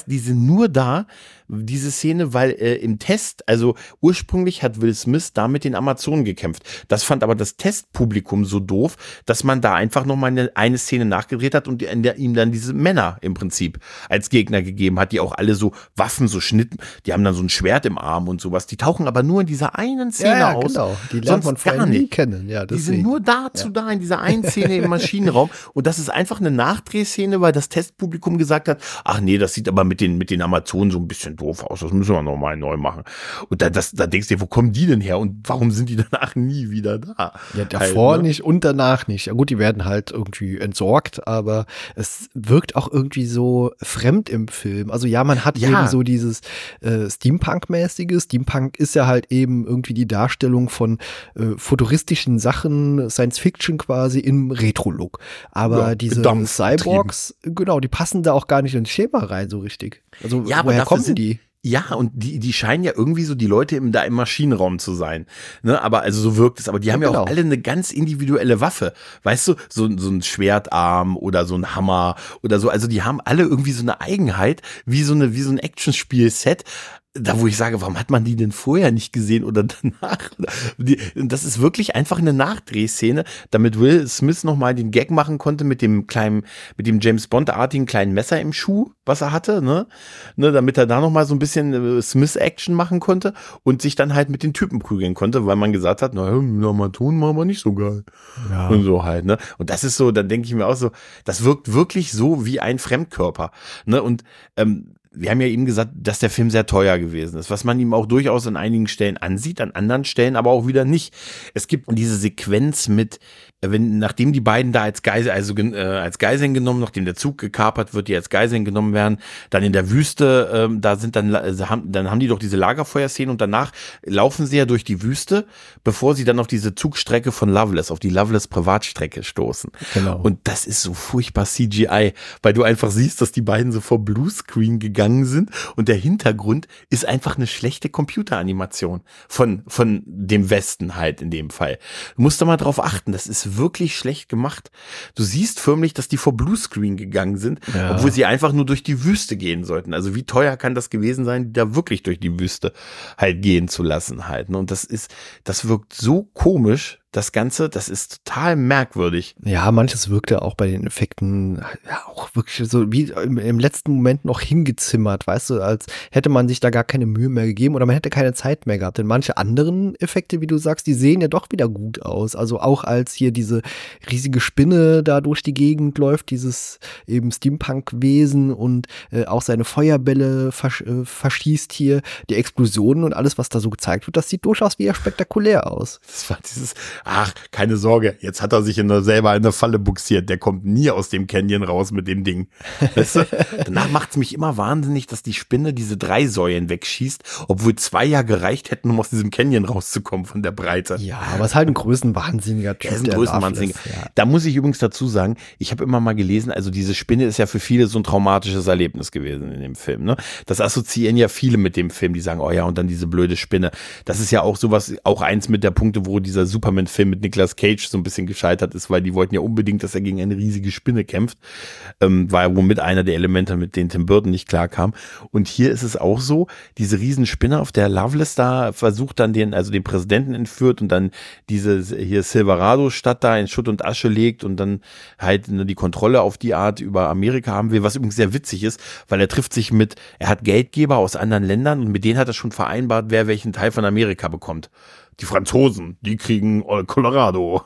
nur da, diese Szene, weil im Test, also ursprünglich hat Will Smith da mit den Amazonen gekämpft. Das fand aber das Testpublikum so doof, dass man da einfach nochmal eine Szene nachgedreht hat und in der ihm dann diese Männer im Prinzip als Gegner gegeben hat, die auch alle so Waffen, so Schnitten, die haben dann so ein Schwert im Arm und sowas. Die tauchen aber nur in dieser einen Szene aus. Genau. Die lernt man vorher nie kennen. Ja, die sind nur da in dieser einen Szene im Maschinenraum und das ist einfach eine Nachdrehszene, weil das Testpublikum gesagt hat, ach nee, das sieht aber mit den Amazonen so ein bisschen doof aus, das müssen wir nochmal neu machen. Und da denkst du dir, wo kommen die denn her und warum sind die danach nie wieder da? Ja, davor halt, ne? Nicht und danach nicht. Ja gut, die werden halt irgendwie entsorgt, aber es wirkt auch irgendwie so fremd im Film. Also ja, man hat eben so dieses Steampunk-mäßige. Steampunk ist ja halt eben irgendwie die Darstellung von futuristischen Sachen, Science-Fiction quasi im Retro-Look. Aber diese Cyborgs, genau, die passen da auch gar nicht ins Schema rein so richtig. Also woher kommen die? Ja, und die scheinen ja irgendwie so die Leute im Maschinenraum zu sein. Ne, aber also so wirkt es. Aber die haben ja auch alle eine ganz individuelle Waffe. Weißt du, so ein Schwertarm oder so ein Hammer oder so. Also die haben alle irgendwie so eine Eigenheit, wie so ein Actionspiel-Set. Da, wo ich sage, warum hat man die denn vorher nicht gesehen oder danach? Das ist wirklich einfach eine Nachdrehszene, damit Will Smith nochmal den Gag machen konnte mit dem James Bond-artigen kleinen Messer im Schuh, was er hatte, ne, damit er da nochmal so ein bisschen Smith-Action machen konnte und sich dann halt mit den Typen prügeln konnte, weil man gesagt hat, naja, Amazonen machen wir nicht so geil. Ja. Und so halt, ne. Und das ist so, dann denke ich mir auch so, das wirkt wirklich so wie ein Fremdkörper, ne, und wir haben ja eben gesagt, dass der Film sehr teuer gewesen ist, was man ihm auch durchaus an einigen Stellen ansieht, an anderen Stellen aber auch wieder nicht. Es gibt diese Sequenz mit, nachdem die beiden da als Geiseln genommen, nachdem der Zug gekapert wird, die als Geiseln genommen werden, dann in der Wüste, dann haben die doch diese Lagerfeuerszene und danach laufen sie ja durch die Wüste, bevor sie dann auf diese Zugstrecke von Loveless, auf die Loveless Privatstrecke stoßen. Genau. Und das ist so furchtbar CGI, weil du einfach siehst, dass die beiden so vor Bluescreen gegangen sind und der Hintergrund ist einfach eine schlechte Computeranimation von dem Westen halt in dem Fall. Du musst da mal drauf achten, das ist wirklich schlecht gemacht. Du siehst förmlich, dass die vor Bluescreen gegangen sind, obwohl sie einfach nur durch die Wüste gehen sollten. Also wie teuer kann das gewesen sein, die da wirklich durch die Wüste halt gehen zu lassen halt. Und das wirkt so komisch. Das Ganze, das ist total merkwürdig. Ja, manches wirkte auch bei den Effekten ja auch wirklich so wie im letzten Moment noch hingezimmert, weißt du, als hätte man sich da gar keine Mühe mehr gegeben oder man hätte keine Zeit mehr gehabt. Denn manche anderen Effekte, wie du sagst, die sehen ja doch wieder gut aus. Also auch als hier diese riesige Spinne da durch die Gegend läuft, dieses eben Steampunk-Wesen und auch seine Feuerbälle verschießt hier, die Explosionen und alles, was da so gezeigt wird, das sieht durchaus wieder spektakulär aus. Das war ach, keine Sorge, jetzt hat er sich selber in eine Falle buxiert, der kommt nie aus dem Canyon raus mit dem Ding. Weißt du? Danach macht es mich immer wahnsinnig, dass die Spinne diese 3 Säulen wegschießt, obwohl 2 ja gereicht hätten, um aus diesem Canyon rauszukommen von der Breite. Ja, aber es ist halt ein größenwahnsinniger Typ. Er ist ein größenwahnsinniger. Ja. Da muss ich übrigens dazu sagen, ich habe immer mal gelesen, also diese Spinne ist ja für viele so ein traumatisches Erlebnis gewesen in dem Film. Ne? Das assoziieren ja viele mit dem Film, die sagen, oh ja, und dann diese blöde Spinne. Das ist ja auch sowas, auch eins mit der Punkte, wo dieser Superman Film mit Nicolas Cage so ein bisschen gescheitert ist, weil die wollten ja unbedingt, dass er gegen eine riesige Spinne kämpft. War ja womit einer der Elemente, mit denen Tim Burton nicht klarkam. Und hier ist es auch so, diese Riesenspinne, auf der Loveless da versucht dann den Präsidenten entführt und dann diese hier Silverado-Stadt da in Schutt und Asche legt und dann halt die Kontrolle auf die Art über Amerika haben will, was übrigens sehr witzig ist, weil er hat Geldgeber aus anderen Ländern und mit denen hat er schon vereinbart, wer welchen Teil von Amerika bekommt. Die Franzosen, die kriegen Colorado.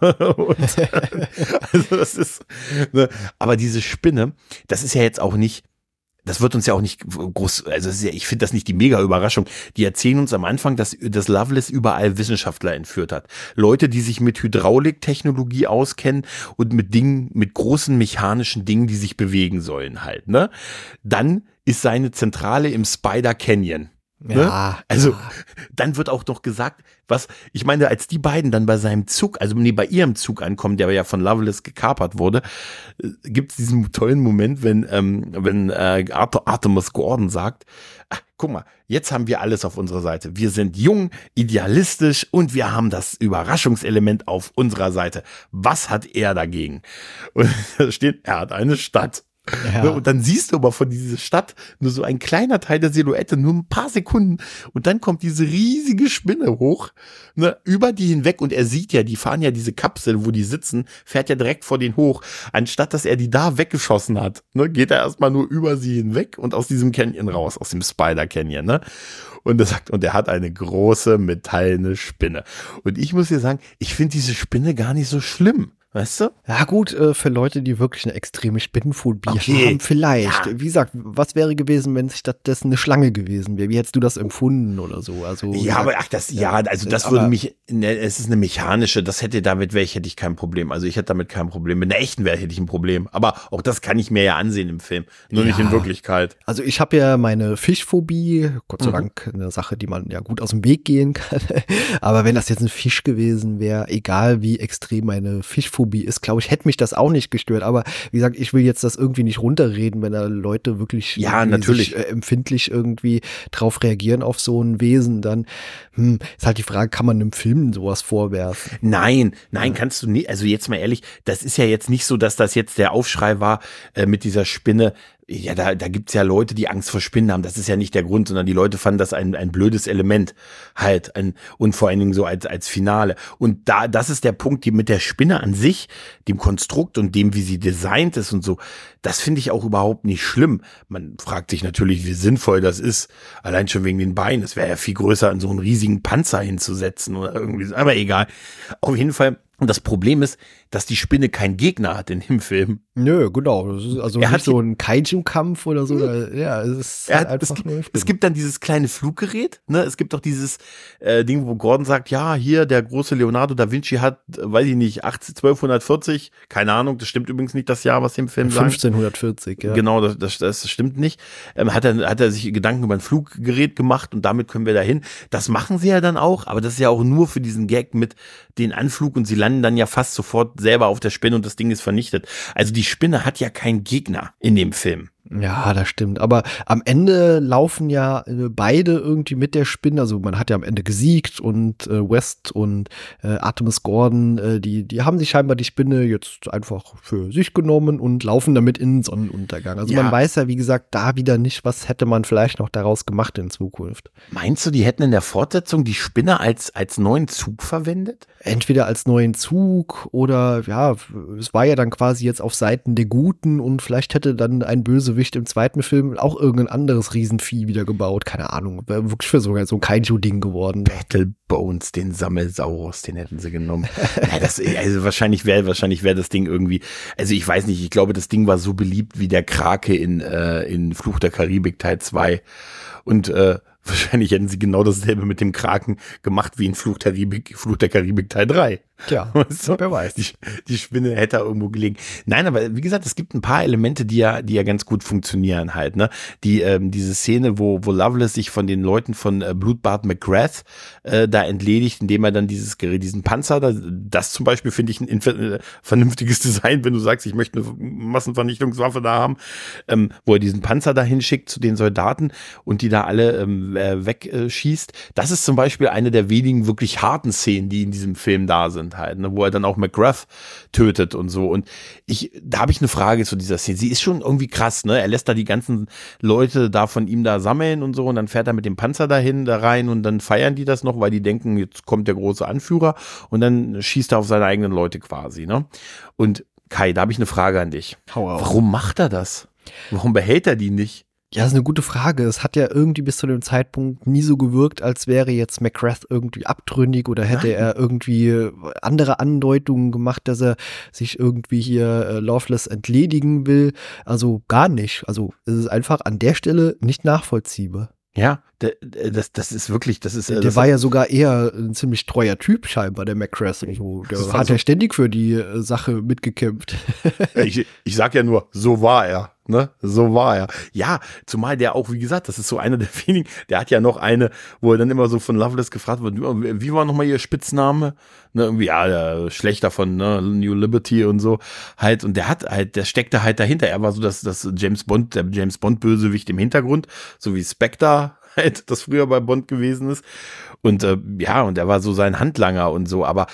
Also das ist, ne? Aber diese Spinne, das ist ja jetzt auch nicht, das wird uns ja auch nicht groß, also ich finde das nicht die mega Überraschung. Die erzählen uns am Anfang, dass Loveless überall Wissenschaftler entführt hat. Leute, die sich mit Hydrauliktechnologie auskennen und mit großen mechanischen Dingen, die sich bewegen sollen halt, ne? Dann ist seine Zentrale im Spider Canyon. Ne? Ja. Also, dann wird auch noch gesagt, ich meine, als die beiden dann bei seinem Zug, bei ihrem Zug ankommen, der ja von Loveless gekapert wurde, gibt es diesen tollen Moment, wenn Artemis Gordon sagt, guck mal, jetzt haben wir alles auf unserer Seite. Wir sind jung, idealistisch und wir haben das Überraschungselement auf unserer Seite. Was hat er dagegen? Und da steht, er hat eine Stadt. Ja. Und dann siehst du aber von dieser Stadt nur so ein kleiner Teil der Silhouette, nur ein paar Sekunden. Und dann kommt diese riesige Spinne hoch, ne, über die hinweg. Und er sieht ja, die fahren ja diese Kapsel, wo die sitzen, fährt ja direkt vor denen hoch. Anstatt, dass er die da weggeschossen hat, ne, geht er erstmal nur über sie hinweg und aus diesem Canyon raus, aus dem Spider Canyon, ne. Und er sagt, und er hat eine große metallene Spinne. Und ich muss dir sagen, ich finde diese Spinne gar nicht so schlimm. Weißt du? Ja gut, für Leute, die wirklich eine extreme Spinnenphobie haben, vielleicht. Ja. Wie gesagt, was wäre gewesen, wenn es stattdessen eine Schlange gewesen wäre? Wie hättest du das empfunden oder so? Also, ja, aber das würde mich, es ist eine mechanische, hätte ich kein Problem. Also ich hätte damit kein Problem. Mit einer echten hätte ich ein Problem. Aber auch das kann ich mir ja ansehen im Film. Nur nicht in Wirklichkeit. Also ich habe ja meine Fischphobie, Gott sei Dank eine Sache, die man ja gut aus dem Weg gehen kann. Aber wenn das jetzt ein Fisch gewesen wäre, egal wie extrem meine Fischphobie ist, glaube ich, hätte mich das auch nicht gestört. Aber wie gesagt, ich will jetzt das irgendwie nicht runterreden, wenn da Leute wirklich natürlich empfindlich irgendwie drauf reagieren auf so ein Wesen, dann ist halt die Frage, kann man einem Film sowas vorwerfen? Nein, kannst du nicht. Also jetzt mal ehrlich, das ist ja jetzt nicht so, dass das jetzt der Aufschrei war mit dieser Spinne. Ja, da gibt's ja Leute, die Angst vor Spinnen haben. Das ist ja nicht der Grund, sondern die Leute fanden das ein blödes Element halt und vor allen Dingen so als Finale. Und das ist der Punkt, die mit der Spinne an sich, dem Konstrukt und dem, wie sie designt ist und so, das finde ich auch überhaupt nicht schlimm. Man fragt sich natürlich, wie sinnvoll das ist, allein schon wegen den Beinen. Es wäre ja viel größer, an so einen riesigen Panzer hinzusetzen oder irgendwie, aber egal. Auf jeden Fall. Und das Problem ist, dass die Spinne keinen Gegner hat in dem Film. Nö, genau. Das ist also nicht so ein Kaiju-Kampf oder so. Ja, es ist einfach nur es gibt dann dieses kleine Fluggerät. Ne? Es gibt doch dieses Ding, wo Gordon sagt, ja, hier, der große Leonardo da Vinci hat, weiß ich nicht, 1240, keine Ahnung, das stimmt übrigens nicht das Jahr, was im Film sagt. 1540, ja. Genau, das stimmt nicht. Hat er sich Gedanken über ein Fluggerät gemacht und damit können wir dahin. Das machen sie ja dann auch, aber das ist ja auch nur für diesen Gag mit den Anflug und sie landen dann ja fast sofort selber auf der Spinne und das Ding ist vernichtet. Also die Spinne hat ja keinen Gegner in dem Film. Ja, das stimmt. Aber am Ende laufen ja beide irgendwie mit der Spinne. Also man hat ja am Ende gesiegt und West und Artemis Gordon, die haben sich scheinbar die Spinne jetzt einfach für sich genommen und laufen damit in den Sonnenuntergang. Also man weiß ja, wie gesagt, da wieder nicht, was hätte man vielleicht noch daraus gemacht in Zukunft. Meinst du, die hätten in der Fortsetzung die Spinne als neuen Zug verwendet? Entweder als neuen Zug oder ja, es war ja dann quasi jetzt auf Seiten der Guten und vielleicht hätte dann ein Bösewicht im zweiten Film auch irgendein anderes Riesenvieh wieder gebaut. Keine Ahnung, wäre wirklich für sogar so ein Kaiju-Ding geworden. Battle Bones, den Sammelsaurus, den hätten sie genommen. Also wahrscheinlich wäre das Ding irgendwie, also ich weiß nicht, ich glaube, das Ding war so beliebt wie der Krake in Fluch der Karibik Teil 2 und wahrscheinlich hätten sie genau dasselbe mit dem Kraken gemacht wie in Fluch der Karibik Teil 3. Tja, weißt du? Wer weiß. Die Spinne hätte da irgendwo gelegen. Nein, aber wie gesagt, es gibt ein paar Elemente, die ja ganz gut funktionieren halt, ne? Diese Szene, wo Loveless sich von den Leuten von Blutbad McGrath da entledigt, indem er dann diesen Panzer, das zum Beispiel finde ich ein vernünftiges Design, wenn du sagst, ich möchte eine Massenvernichtungswaffe da haben, wo er diesen Panzer da hinschickt zu den Soldaten und die da alle wegschießt. Das ist zum Beispiel eine der wenigen wirklich harten Szenen, die in diesem Film da sind. sind halt, ne, wo er dann auch McGrath tötet und so. Und da habe ich eine Frage zu dieser Szene. Sie ist schon irgendwie krass, ne? Er lässt da die ganzen Leute da von ihm da sammeln und so und dann fährt er mit dem Panzer da rein und dann feiern die das noch, weil die denken, jetzt kommt der große Anführer und dann schießt er auf seine eigenen Leute quasi, ne? Und Kai, da habe ich eine Frage an dich. Warum macht er das? Warum behält er die nicht? Ja, das ist eine gute Frage. Es hat ja irgendwie bis zu dem Zeitpunkt nie so gewirkt, als wäre jetzt McGrath irgendwie abtrünnig oder hätte er irgendwie andere Andeutungen gemacht, dass er sich irgendwie hier Loveless entledigen will. Also gar nicht. Also es ist einfach an der Stelle nicht nachvollziehbar. Ja, das ist wirklich, der war ja sogar eher ein ziemlich treuer Typ scheinbar, der McGrath. Der hat ja ständig für die Sache mitgekämpft. Ich sag ja nur, so war er. Ne, so war er. Ja, zumal der auch, wie gesagt, das ist so einer der wenigen, der hat ja noch eine, wo er dann immer so von Loveless gefragt wird, wie war nochmal ihr Spitzname? Ne, irgendwie, ja, der Schlechter von New Liberty und so halt. Und der steckte halt dahinter. Er war so der James Bond Bösewicht im Hintergrund, so wie Spectre halt, das früher bei Bond gewesen ist. Und und er war so sein Handlanger und so, aber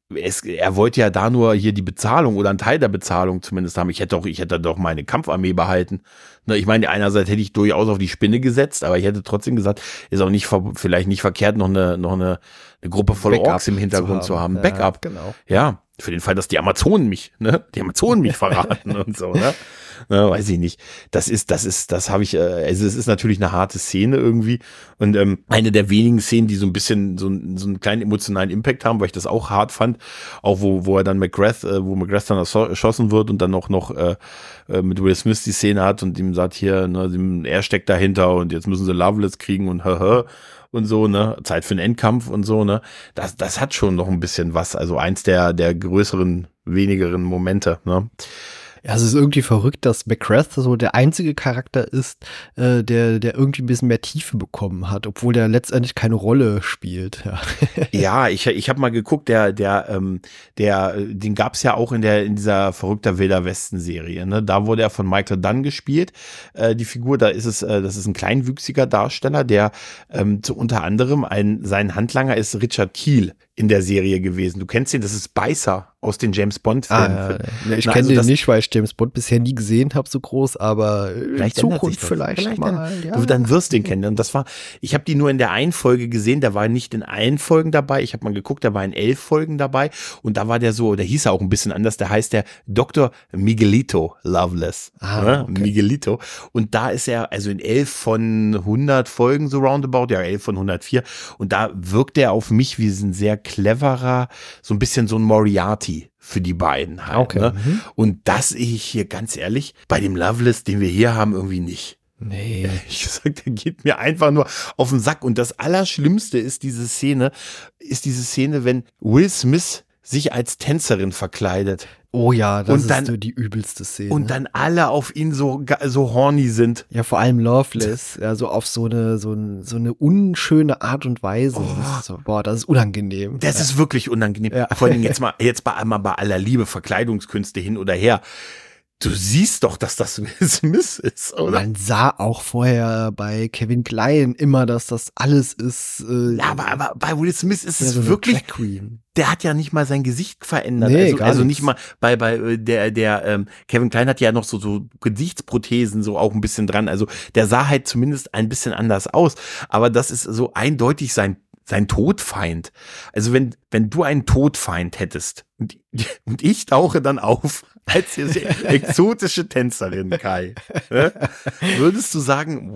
er wollte ja da nur hier die Bezahlung oder einen Teil der Bezahlung zumindest haben. Ich hätte doch meine Kampfarmee behalten. Ne, ich meine, einerseits hätte ich durchaus auf die Spinne gesetzt, aber ich hätte trotzdem gesagt, ist auch vielleicht nicht verkehrt, noch eine Gruppe voll Orks im Hintergrund zu haben. Backup. Genau. Ja, für den Fall, dass die Amazonen mich verraten und so, ne? Na, weiß ich nicht. Das habe ich, also es ist natürlich eine harte Szene irgendwie und eine der wenigen Szenen, die so ein bisschen so einen kleinen emotionalen Impact haben, weil ich das auch hart fand, auch wo er dann McGrath dann erschossen wird und dann noch mit Will Smith die Szene hat und ihm sagt hier, ne, er steckt dahinter und jetzt müssen sie Loveless kriegen und und so, ne, Zeit für einen Endkampf und so, ne, das hat schon noch ein bisschen was, also eins der größeren, wenigeren Momente, ne. Ja, es ist irgendwie verrückt, dass McGrath so der einzige Charakter ist, der irgendwie ein bisschen mehr Tiefe bekommen hat, obwohl der letztendlich keine Rolle spielt. Ja, ich habe mal geguckt, den gab's ja auch in dieser verrückter Wilder Westen Serie, ne? Da wurde er von Michael Dunn gespielt, die Figur, das ist ein kleinwüchsiger Darsteller, der unter anderem sein Handlanger ist Richard Kiel in der Serie gewesen. Du kennst ihn, das ist Beißer aus den James Bond-Filmen. Ich kenne den nicht, weil ich James Bond bisher nie gesehen habe, so groß, aber in Zukunft vielleicht mal. Dann wirst du den kennen. Und ich habe die nur in der einen Folge gesehen, der war nicht in allen Folgen dabei. Ich habe mal geguckt, der war in 11 Folgen dabei und da war der hieß er auch ein bisschen anders, der heißt der Dr. Miguelito Loveless. Okay. Miguelito. Und da ist er, also in 11 von 100 Folgen so roundabout, 11 von 104 und da wirkt er auf mich wie ein sehr cleverer, so ein bisschen so ein Moriarty für die beiden halt. Okay. Ne? Und das ich hier ganz ehrlich, bei dem Loveless, den wir hier haben, irgendwie nicht. Nee. Ich sag, der geht mir einfach nur auf den Sack. Und das Allerschlimmste ist diese Szene, wenn Will Smith sich als Tänzerin verkleidet. Oh ja, das ist so die übelste Szene. Und dann alle auf ihn so horny sind. Ja, vor allem Loveless, ja, so auf so eine unschöne Art und Weise. Das ist unangenehm. Das ist wirklich unangenehm. Ja. Vor allem jetzt bei aller Liebe, Verkleidungskünste hin oder her. Du siehst doch, dass das Will Smith ist, oder? Man sah auch vorher bei Kevin Kline immer, dass das alles ist. Ja, aber bei Will Smith ist es so wirklich. Der hat ja nicht mal sein Gesicht verändert. Nee, also nicht mal bei der Kevin Kline hat ja noch so Gesichtsprothesen so auch ein bisschen dran. Also der sah halt zumindest ein bisschen anders aus. Aber das ist so eindeutig sein Todfeind. Also wenn du einen Todfeind hättest und ich tauche dann auf als exotische Tänzerin, Kai, würdest du sagen,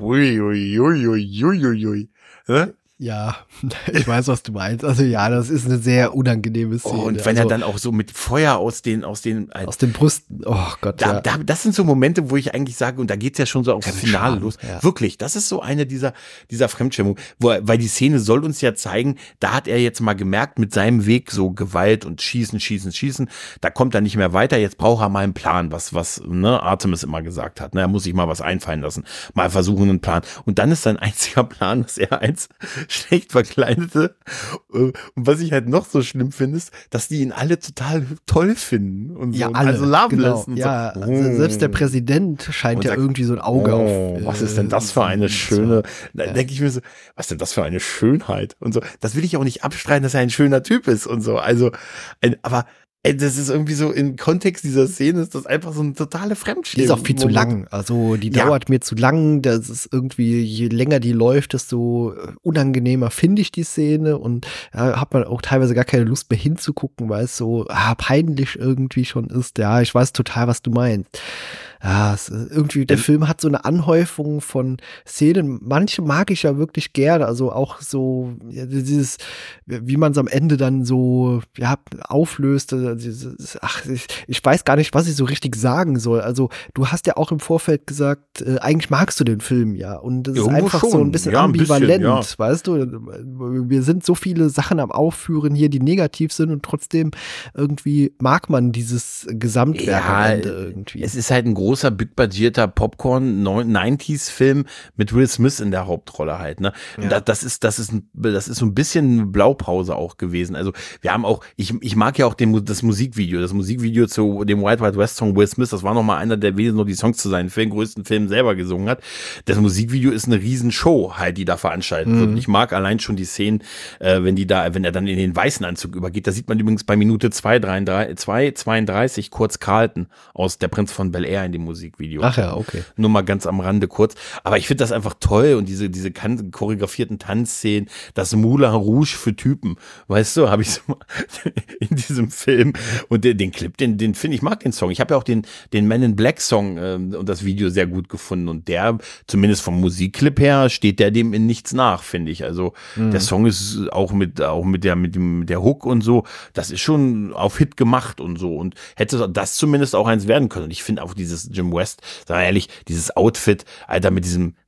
ui. Ja, ich weiß, was du meinst. Also ja, das ist eine sehr unangenehme Szene. Oh, und wenn er dann auch so mit Feuer aus den Brüsten, oh Gott, das sind so Momente, wo ich eigentlich sage, und da geht's ja schon so aufs Finale los. Ja. Wirklich, das ist so eine dieser Fremdschirmung, weil die Szene soll uns ja zeigen, da hat er jetzt mal gemerkt, mit seinem Weg so Gewalt und Schießen, da kommt er nicht mehr weiter, jetzt braucht er mal einen Plan, was Artemis immer gesagt hat. Er muss sich mal was einfallen lassen, mal versuchen einen Plan. Und dann ist sein einziger Plan, dass er eins schlecht verkleidete. Und was ich halt noch so schlimm finde, ist, dass die ihn alle total toll finden. Und so. Ja, alle. Also loveless. Genau. Ja, also selbst der Präsident scheint ja irgendwie so ein Auge auf. Was ist denn das für eine schöne, da denke ich mir so, was ist denn das für eine Schönheit und so. Das will ich auch nicht abstreiten, dass er ein schöner Typ ist und so. Also, aber das ist irgendwie so, im Kontext dieser Szene ist das einfach so eine totale Fremdschämen. Die ist auch viel zu lang. Also die dauert mir zu lang. Das ist irgendwie, je länger die läuft, desto unangenehmer finde ich die Szene. Und hat man auch teilweise gar keine Lust mehr hinzugucken, weil es so peinlich irgendwie schon ist. Ja, ich weiß total, was du meinst. Ja, irgendwie, der Film hat so eine Anhäufung von Szenen. Manche mag ich ja wirklich gerne. Also auch so, ja, dieses, wie man es am Ende dann so, ja, auflöst. Ich weiß gar nicht, was ich so richtig sagen soll. Also, du hast ja auch im Vorfeld gesagt, eigentlich magst du den Film ja. Und es ist einfach schon so ein bisschen ambivalent, weißt du? Wir sind so viele Sachen am Aufführen hier, die negativ sind und trotzdem irgendwie mag man dieses Gesamtwerk am Ende irgendwie. Es ist halt ein großer, big-budgetierter Popcorn-90s-Film mit Will Smith in der Hauptrolle halt, ne? Und das ist so ein bisschen Blaupause auch gewesen. Also, wir haben auch, ich mag ja auch das Musikvideo zu dem Wild Wild West Song Will Smith, das war nochmal einer, der wesentlich noch die Songs zu seinen größten Filmen selber gesungen hat. Das Musikvideo ist eine Riesenshow halt, die da veranstaltet wird. Und ich mag allein schon die Szenen, wenn er dann in den weißen Anzug übergeht. Da sieht man übrigens bei Minute 2:32 kurz Carlton aus Der Prinz von Bel-Air in dem Musikvideo. Ach ja, okay. Nur mal ganz am Rande kurz. Aber ich finde das einfach toll und diese choreografierten Tanzszenen, das Moulin Rouge für Typen, weißt du, habe ich so in diesem Film. Und den Clip, den finde ich, mag den Song. Ich habe ja auch den Men in Black Song und das Video sehr gut gefunden. Und der, zumindest vom Musikclip her, steht der dem in nichts nach, finde ich. Also der Song ist auch mit der Hook und so, das ist schon auf Hit gemacht und so. Und hätte das zumindest auch eins werden können. Und ich finde auch dieses Jim West, sag mal ehrlich, dieses Outfit, Alter, mit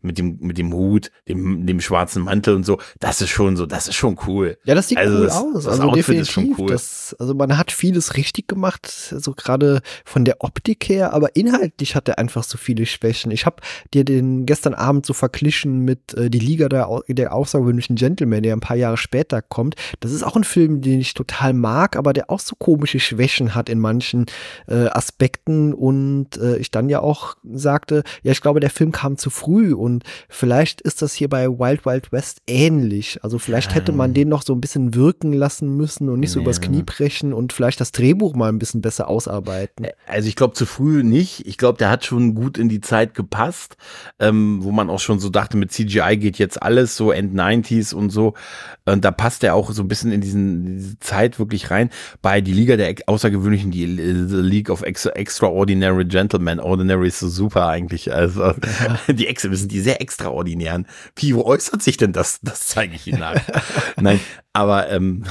dem Hut, dem schwarzen Mantel und so, das ist schon cool. Ja, das sieht cool aus. Das also Outfit ist schon cool. Also man hat vieles richtig gemacht, so gerade von der Optik her, aber inhaltlich hat er einfach so viele Schwächen. Ich habe dir den gestern Abend so verglichen mit Die Liga der außergewöhnlichen Gentlemen, der ein paar Jahre später kommt. Das ist auch ein Film, den ich total mag, aber der auch so komische Schwächen hat in manchen Aspekten und ich dann ja auch sagte, ja, ich glaube, der Film kam zu früh und vielleicht ist das hier bei Wild Wild West ähnlich. Also vielleicht hätte man den noch so ein bisschen wirken lassen müssen und nicht so übers Knie brechen und vielleicht das Drehbuch mal ein bisschen besser ausarbeiten. Also ich glaube zu früh nicht. Ich glaube, der hat schon gut in die Zeit gepasst, wo man auch schon so dachte, mit CGI geht jetzt alles, so End-90s und so. Und da passt er auch so ein bisschen in diese Zeit wirklich rein. Bei Die Liga der Außergewöhnlichen, die League of Extraordinary Gentlemen, Ordinary ist so super eigentlich. Also die sind die sehr extraordinären. Wie äußert sich denn das? Das zeige ich Ihnen nach. Nein, aber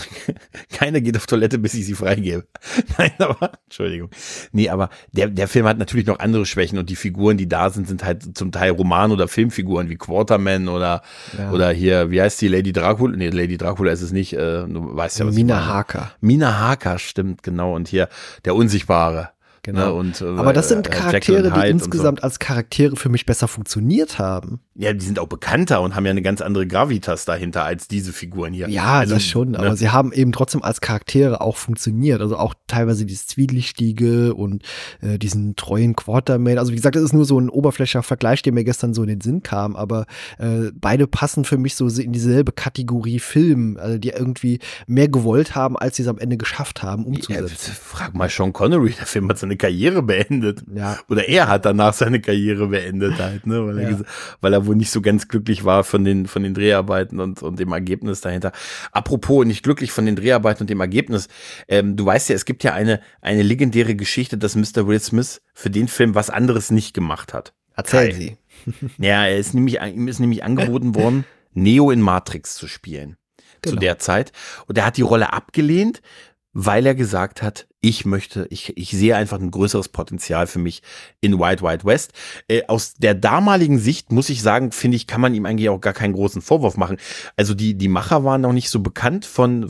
keiner geht auf Toilette, bis ich sie freigebe. Nein, aber, Entschuldigung. Nee, aber der Film hat natürlich noch andere Schwächen und die Figuren, die da sind halt zum Teil Roman- oder Filmfiguren wie Quarterman oder hier, wie heißt die, Lady Dracula? Nee, Lady Dracula ist es nicht, du weißt ja, was Mina Harker. Mina Harker, stimmt, genau. Und hier der Unsichtbare. Genau. Ne, aber das sind Charaktere, die insgesamt als Charaktere für mich besser funktioniert haben. Ja, die sind auch bekannter und haben ja eine ganz andere Gravitas dahinter als diese Figuren hier. Ja, also, das schon, aber sie haben eben trotzdem als Charaktere auch funktioniert. Also auch teilweise dieses Zwielichtige und diesen treuen Quarterman. Also wie gesagt, das ist nur so ein oberflächlicher Vergleich, der mir gestern so in den Sinn kam, aber beide passen für mich so in dieselbe Kategorie Film, also die irgendwie mehr gewollt haben, als sie es am Ende geschafft haben, umzusetzen. Ja, frag mal Sean Connery, der Film hat seine Karriere beendet. Ja. Oder er hat danach seine Karriere beendet halt, ne? Weil er wohl nicht so ganz glücklich war von den Dreharbeiten und dem Ergebnis dahinter. Apropos nicht glücklich von den Dreharbeiten und dem Ergebnis, du weißt ja, es gibt ja eine legendäre Geschichte, dass Mr. Will Smith für den Film was anderes nicht gemacht hat. Erzählen Sie. Ja, ihm ist nämlich angeboten worden, Neo in Matrix zu spielen. Genau. Zu der Zeit. Und er hat die Rolle abgelehnt, weil er gesagt hat, ich sehe einfach ein größeres Potenzial für mich in Wild Wild West. Aus der damaligen Sicht muss ich sagen, finde ich, kann man ihm eigentlich auch gar keinen großen Vorwurf machen. Also die Macher waren noch nicht so bekannt von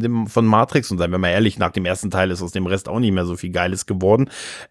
Matrix, und seien wir mal ehrlich, nach dem ersten Teil ist aus dem Rest auch nicht mehr so viel Geiles geworden.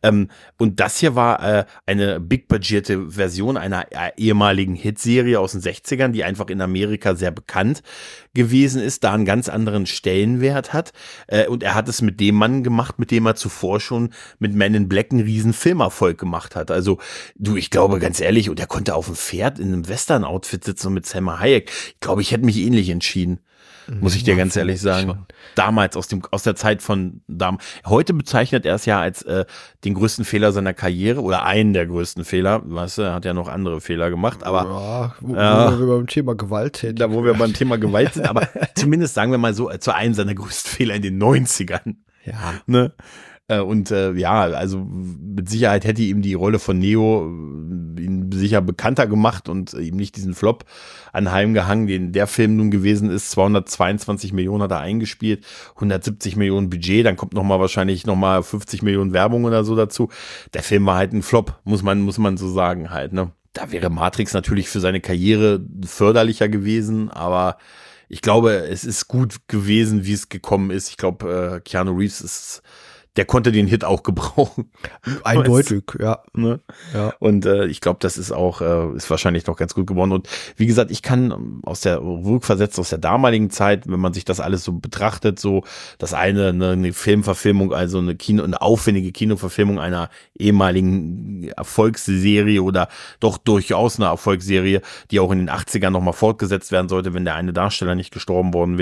Und das hier war eine big-budgetierte Version einer ehemaligen Hitserie aus den 60ern, die einfach in Amerika sehr bekannt gewesen ist, da einen ganz anderen Stellenwert hat. Und er hat es mit dem Mann gemacht, mit dem er zuvor schon mit Men in Black einen riesen Filmerfolg gemacht hat. Also ich glaube ganz ehrlich, und er konnte auf dem Pferd in einem Western-Outfit sitzen mit Salma Hayek. Ich glaube, ich hätte mich ähnlich entschieden. Muss ich dir ganz ehrlich sagen. Schon. Damals, aus der Zeit von damals. Heute bezeichnet er es ja als den größten Fehler seiner Karriere oder einen der größten Fehler. Weißt du, er hat ja noch andere Fehler gemacht, aber. Wo wir beim Thema Gewalt sind. Da, wo wir beim Thema Gewalt sind, aber zumindest sagen wir mal so, zu einem seiner größten Fehler in den 90ern. Ja. Ne? Und also mit Sicherheit hätte ihm die Rolle von Neo ihn sicher bekannter gemacht und ihm nicht diesen Flop anheimgehangen, den der Film nun gewesen ist. 222 Millionen hat er eingespielt, 170 Millionen Budget, dann kommt wahrscheinlich noch mal 50 Millionen Werbung oder so dazu. Der Film war halt ein Flop, muss man so sagen halt, ne? Da wäre Matrix natürlich für seine Karriere förderlicher gewesen, aber ich glaube, es ist gut gewesen, wie es gekommen ist. Ich glaube, Keanu Reeves der konnte den Hit auch gebrauchen. Eindeutig, ja. Ne? Ja. Und ich glaube, das ist auch, ist wahrscheinlich noch ganz gut geworden. Und wie gesagt, ich kann rückversetzt aus der damaligen Zeit, wenn man sich das alles so betrachtet, so das eine Filmverfilmung, also eine aufwendige Kinoverfilmung einer ehemaligen Erfolgsserie oder doch durchaus eine Erfolgsserie, die auch in den 80ern nochmal fortgesetzt werden sollte, wenn der eine Darsteller nicht gestorben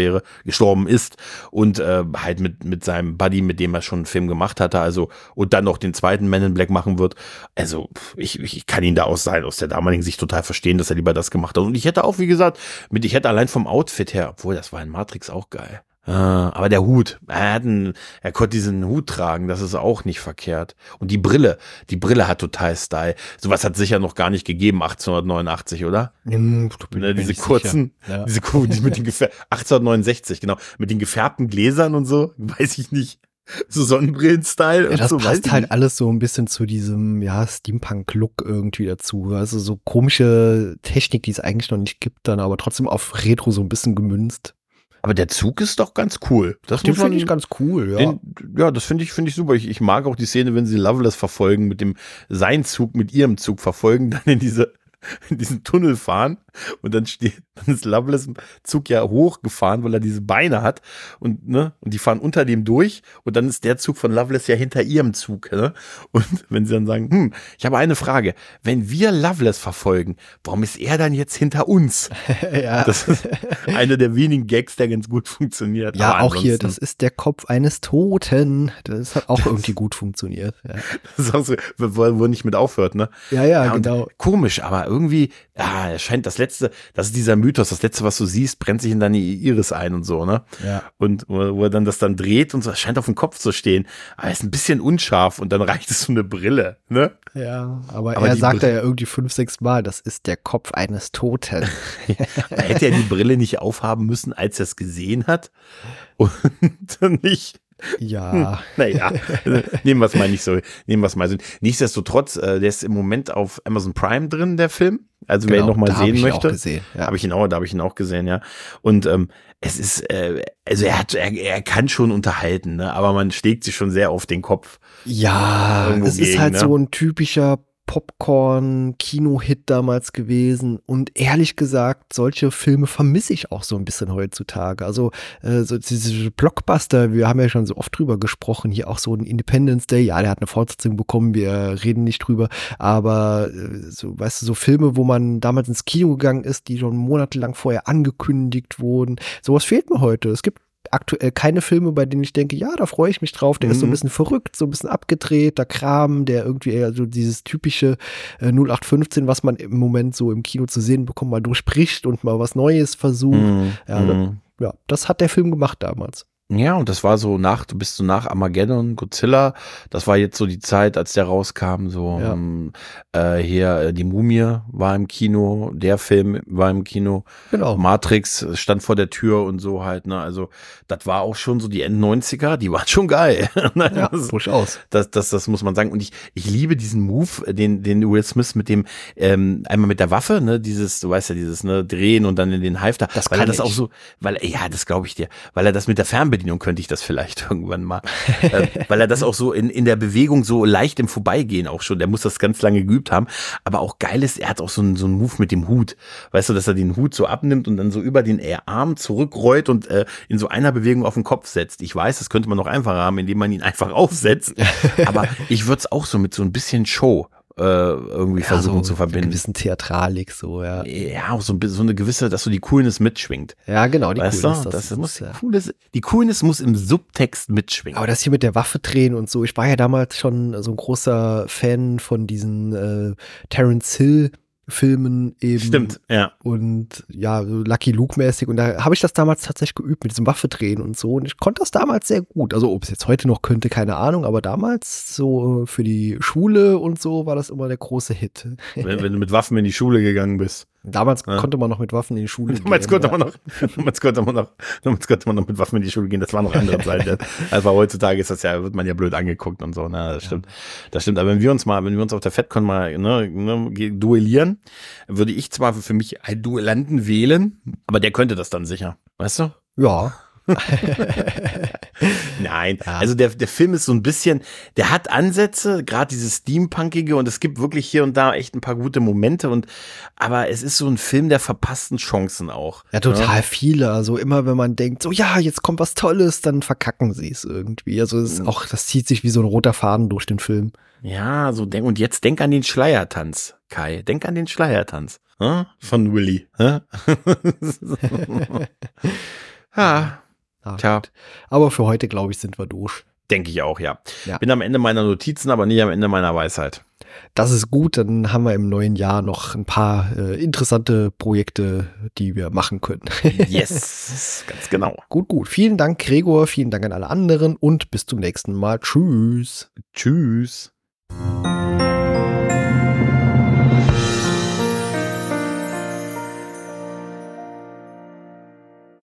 ist und halt mit seinem Buddy, mit dem er schon einen Film gemacht hatte, also und dann noch den zweiten Men in Black machen wird. Also ich kann ihn da aus der damaligen Sicht total verstehen, dass er lieber das gemacht hat. Und ich hätte auch, wie gesagt, ich hätte allein vom Outfit her, obwohl das war in Matrix auch geil. Aber der Hut, er konnte diesen Hut tragen, das ist auch nicht verkehrt. Und die Brille hat total Style. Sowas hat es sicher noch gar nicht gegeben, 1889, oder? Diese kurzen, ja. Diese mit den 1869, genau, mit den gefärbten Gläsern und so, weiß ich nicht. So Sonnenbrillen-Style. Ja, das so, passt halt alles so ein bisschen zu diesem, Steampunk-Look irgendwie dazu. Also so komische Technik, die es eigentlich noch nicht gibt, dann aber trotzdem auf Retro so ein bisschen gemünzt. Aber der Zug ist doch ganz cool. Den finde ich ganz cool, ja. Das finde ich super. Ich mag auch die Szene, wenn sie Loveless verfolgen, seinen Zug mit ihrem Zug verfolgen, dann in diesen Tunnel fahren und dann ist Loveless im Zug ja hochgefahren, weil er diese Beine hat und die fahren unter dem durch und dann ist der Zug von Loveless ja hinter ihrem Zug, ne? Und wenn sie dann sagen, ich habe eine Frage, wenn wir Loveless verfolgen, warum ist er dann jetzt hinter uns? Ja. Das ist einer der wenigen Gags, der ganz gut funktioniert. Ja, auch hier, das ist der Kopf eines Toten. Das hat auch irgendwie gut funktioniert. Ja. Das ist auch so, wo nicht mit aufhört, ne? Ja, genau. Komisch, aber irgendwie, scheint das ist dieser Mythos, das Letzte, was du siehst, brennt sich in deine Iris ein und so, ne? Ja. Und wo er dann das dann dreht und so, es scheint auf dem Kopf zu stehen, aber er ist ein bisschen unscharf und dann reicht es so eine Brille, ne? Ja, aber er sagt ja irgendwie 5-6 Mal, das ist der Kopf eines Toten. Hätte er die Brille nicht aufhaben müssen, als er es gesehen hat? Und nicht... Ja. Naja, nehmen wir es mal nicht so. Nichtsdestotrotz, der ist im Moment auf Amazon Prime drin, der Film. Also wer ihn noch mal sehen möchte. Da habe ich ihn auch gesehen, ja. Und es ist, also er kann schon unterhalten, ne? Aber man schlägt sich schon sehr auf den Kopf. Ja, es ist halt so ein typischer Popcorn-Kino-Hit damals gewesen und ehrlich gesagt, solche Filme vermisse ich auch so ein bisschen heutzutage. Also so diese Blockbuster, wir haben ja schon so oft drüber gesprochen, hier auch so ein Independence Day, ja, der hat eine Fortsetzung bekommen, wir reden nicht drüber, aber so, weißt du, so Filme, wo man damals ins Kino gegangen ist, die schon monatelang vorher angekündigt wurden, sowas fehlt mir heute. Es gibt aktuell keine Filme, bei denen ich denke, ja, da freue ich mich drauf, der ist so ein bisschen verrückt, so ein bisschen abgedreht, der Kram, der irgendwie eher so dieses typische 0815, was man im Moment so im Kino zu sehen bekommt, mal durchbricht und mal was Neues versucht. Ja, das hat der Film gemacht damals. Ja, und das war so du bist so nach Armageddon, Godzilla, das war jetzt so die Zeit, als der rauskam, so hier die Mumie war im Kino, der Film war im Kino, Genau. Matrix stand vor der Tür und so halt, ne, also das war auch schon so die End-90er, die waren schon geil. Ja, durchaus. Das muss man sagen. Und ich liebe diesen Move, den Will Smith mit dem, einmal mit der Waffe, ne, du weißt ja, dieses, ne, drehen und dann in den Halfter. Das weil kann er das ich. auch so, das glaube ich dir, weil er das mit der Fernbedienung könnte ich das vielleicht irgendwann mal, weil er das auch so in der Bewegung so leicht im Vorbeigehen auch schon, der muss das ganz lange geübt haben, aber auch geil ist, er hat auch so einen Move mit dem Hut, weißt du, dass er den Hut so abnimmt und dann so über den Arm zurückrollt und in so einer Bewegung auf den Kopf setzt. Ich weiß, das könnte man noch einfacher haben, indem man ihn einfach aufsetzt, aber ich würde es auch so mit so ein bisschen Show irgendwie versuchen zu verbinden. Eine gewissen Theatralik, so, ja. Ja, auch so eine gewisse, dass so die Coolness mitschwingt. Ja, genau, die weißt Coolness. Die Coolness muss im Subtext mitschwingen. Aber das hier mit der Waffe drehen und so, ich war ja damals schon so ein großer Fan von diesen Terence Hill Filmen eben. Stimmt, ja. Und ja, so Lucky Luke-mäßig. Und da habe ich das damals tatsächlich geübt mit diesem Waffe drehen und so. Und ich konnte das damals sehr gut. Also ob es jetzt heute noch könnte, keine Ahnung. Aber damals so für die Schule und so war das immer der große Hit. Wenn du mit Waffen in die Schule gegangen bist. Damals konnte man noch mit Waffen in die Schule gehen. Damals konnte man noch mit Waffen in die Schule gehen. Das war noch andere Zeit. Also heutzutage ist das ja, wird man ja blöd angeguckt und so. Na, das stimmt. Das stimmt. Aber wenn wir uns auf der FedCon mal duellieren, würde ich zwar für mich einen Duellanten wählen, aber der könnte das dann sicher. Weißt du? Ja. Nein, also der Film ist so ein bisschen, der hat Ansätze, gerade dieses Steampunkige, und es gibt wirklich hier und da echt ein paar gute Momente, aber es ist so ein Film der verpassten Chancen auch. Ja, total viele. Also immer, wenn man denkt, so ja, jetzt kommt was Tolles, dann verkacken sie es irgendwie. Also das zieht sich wie so ein roter Faden durch den Film. Ja, und jetzt denk an den Schleiertanz, Kai. Denk an den Schleiertanz von Willy. Tja. Aber für heute, glaube ich, sind wir durch. Denke ich auch, ja. Bin am Ende meiner Notizen, aber nicht am Ende meiner Weisheit. Das ist gut, dann haben wir im neuen Jahr noch ein paar interessante Projekte, die wir machen können. Yes, ganz genau. Gut. Vielen Dank, Gregor, vielen Dank an alle anderen und bis zum nächsten Mal. Tschüss. Tschüss.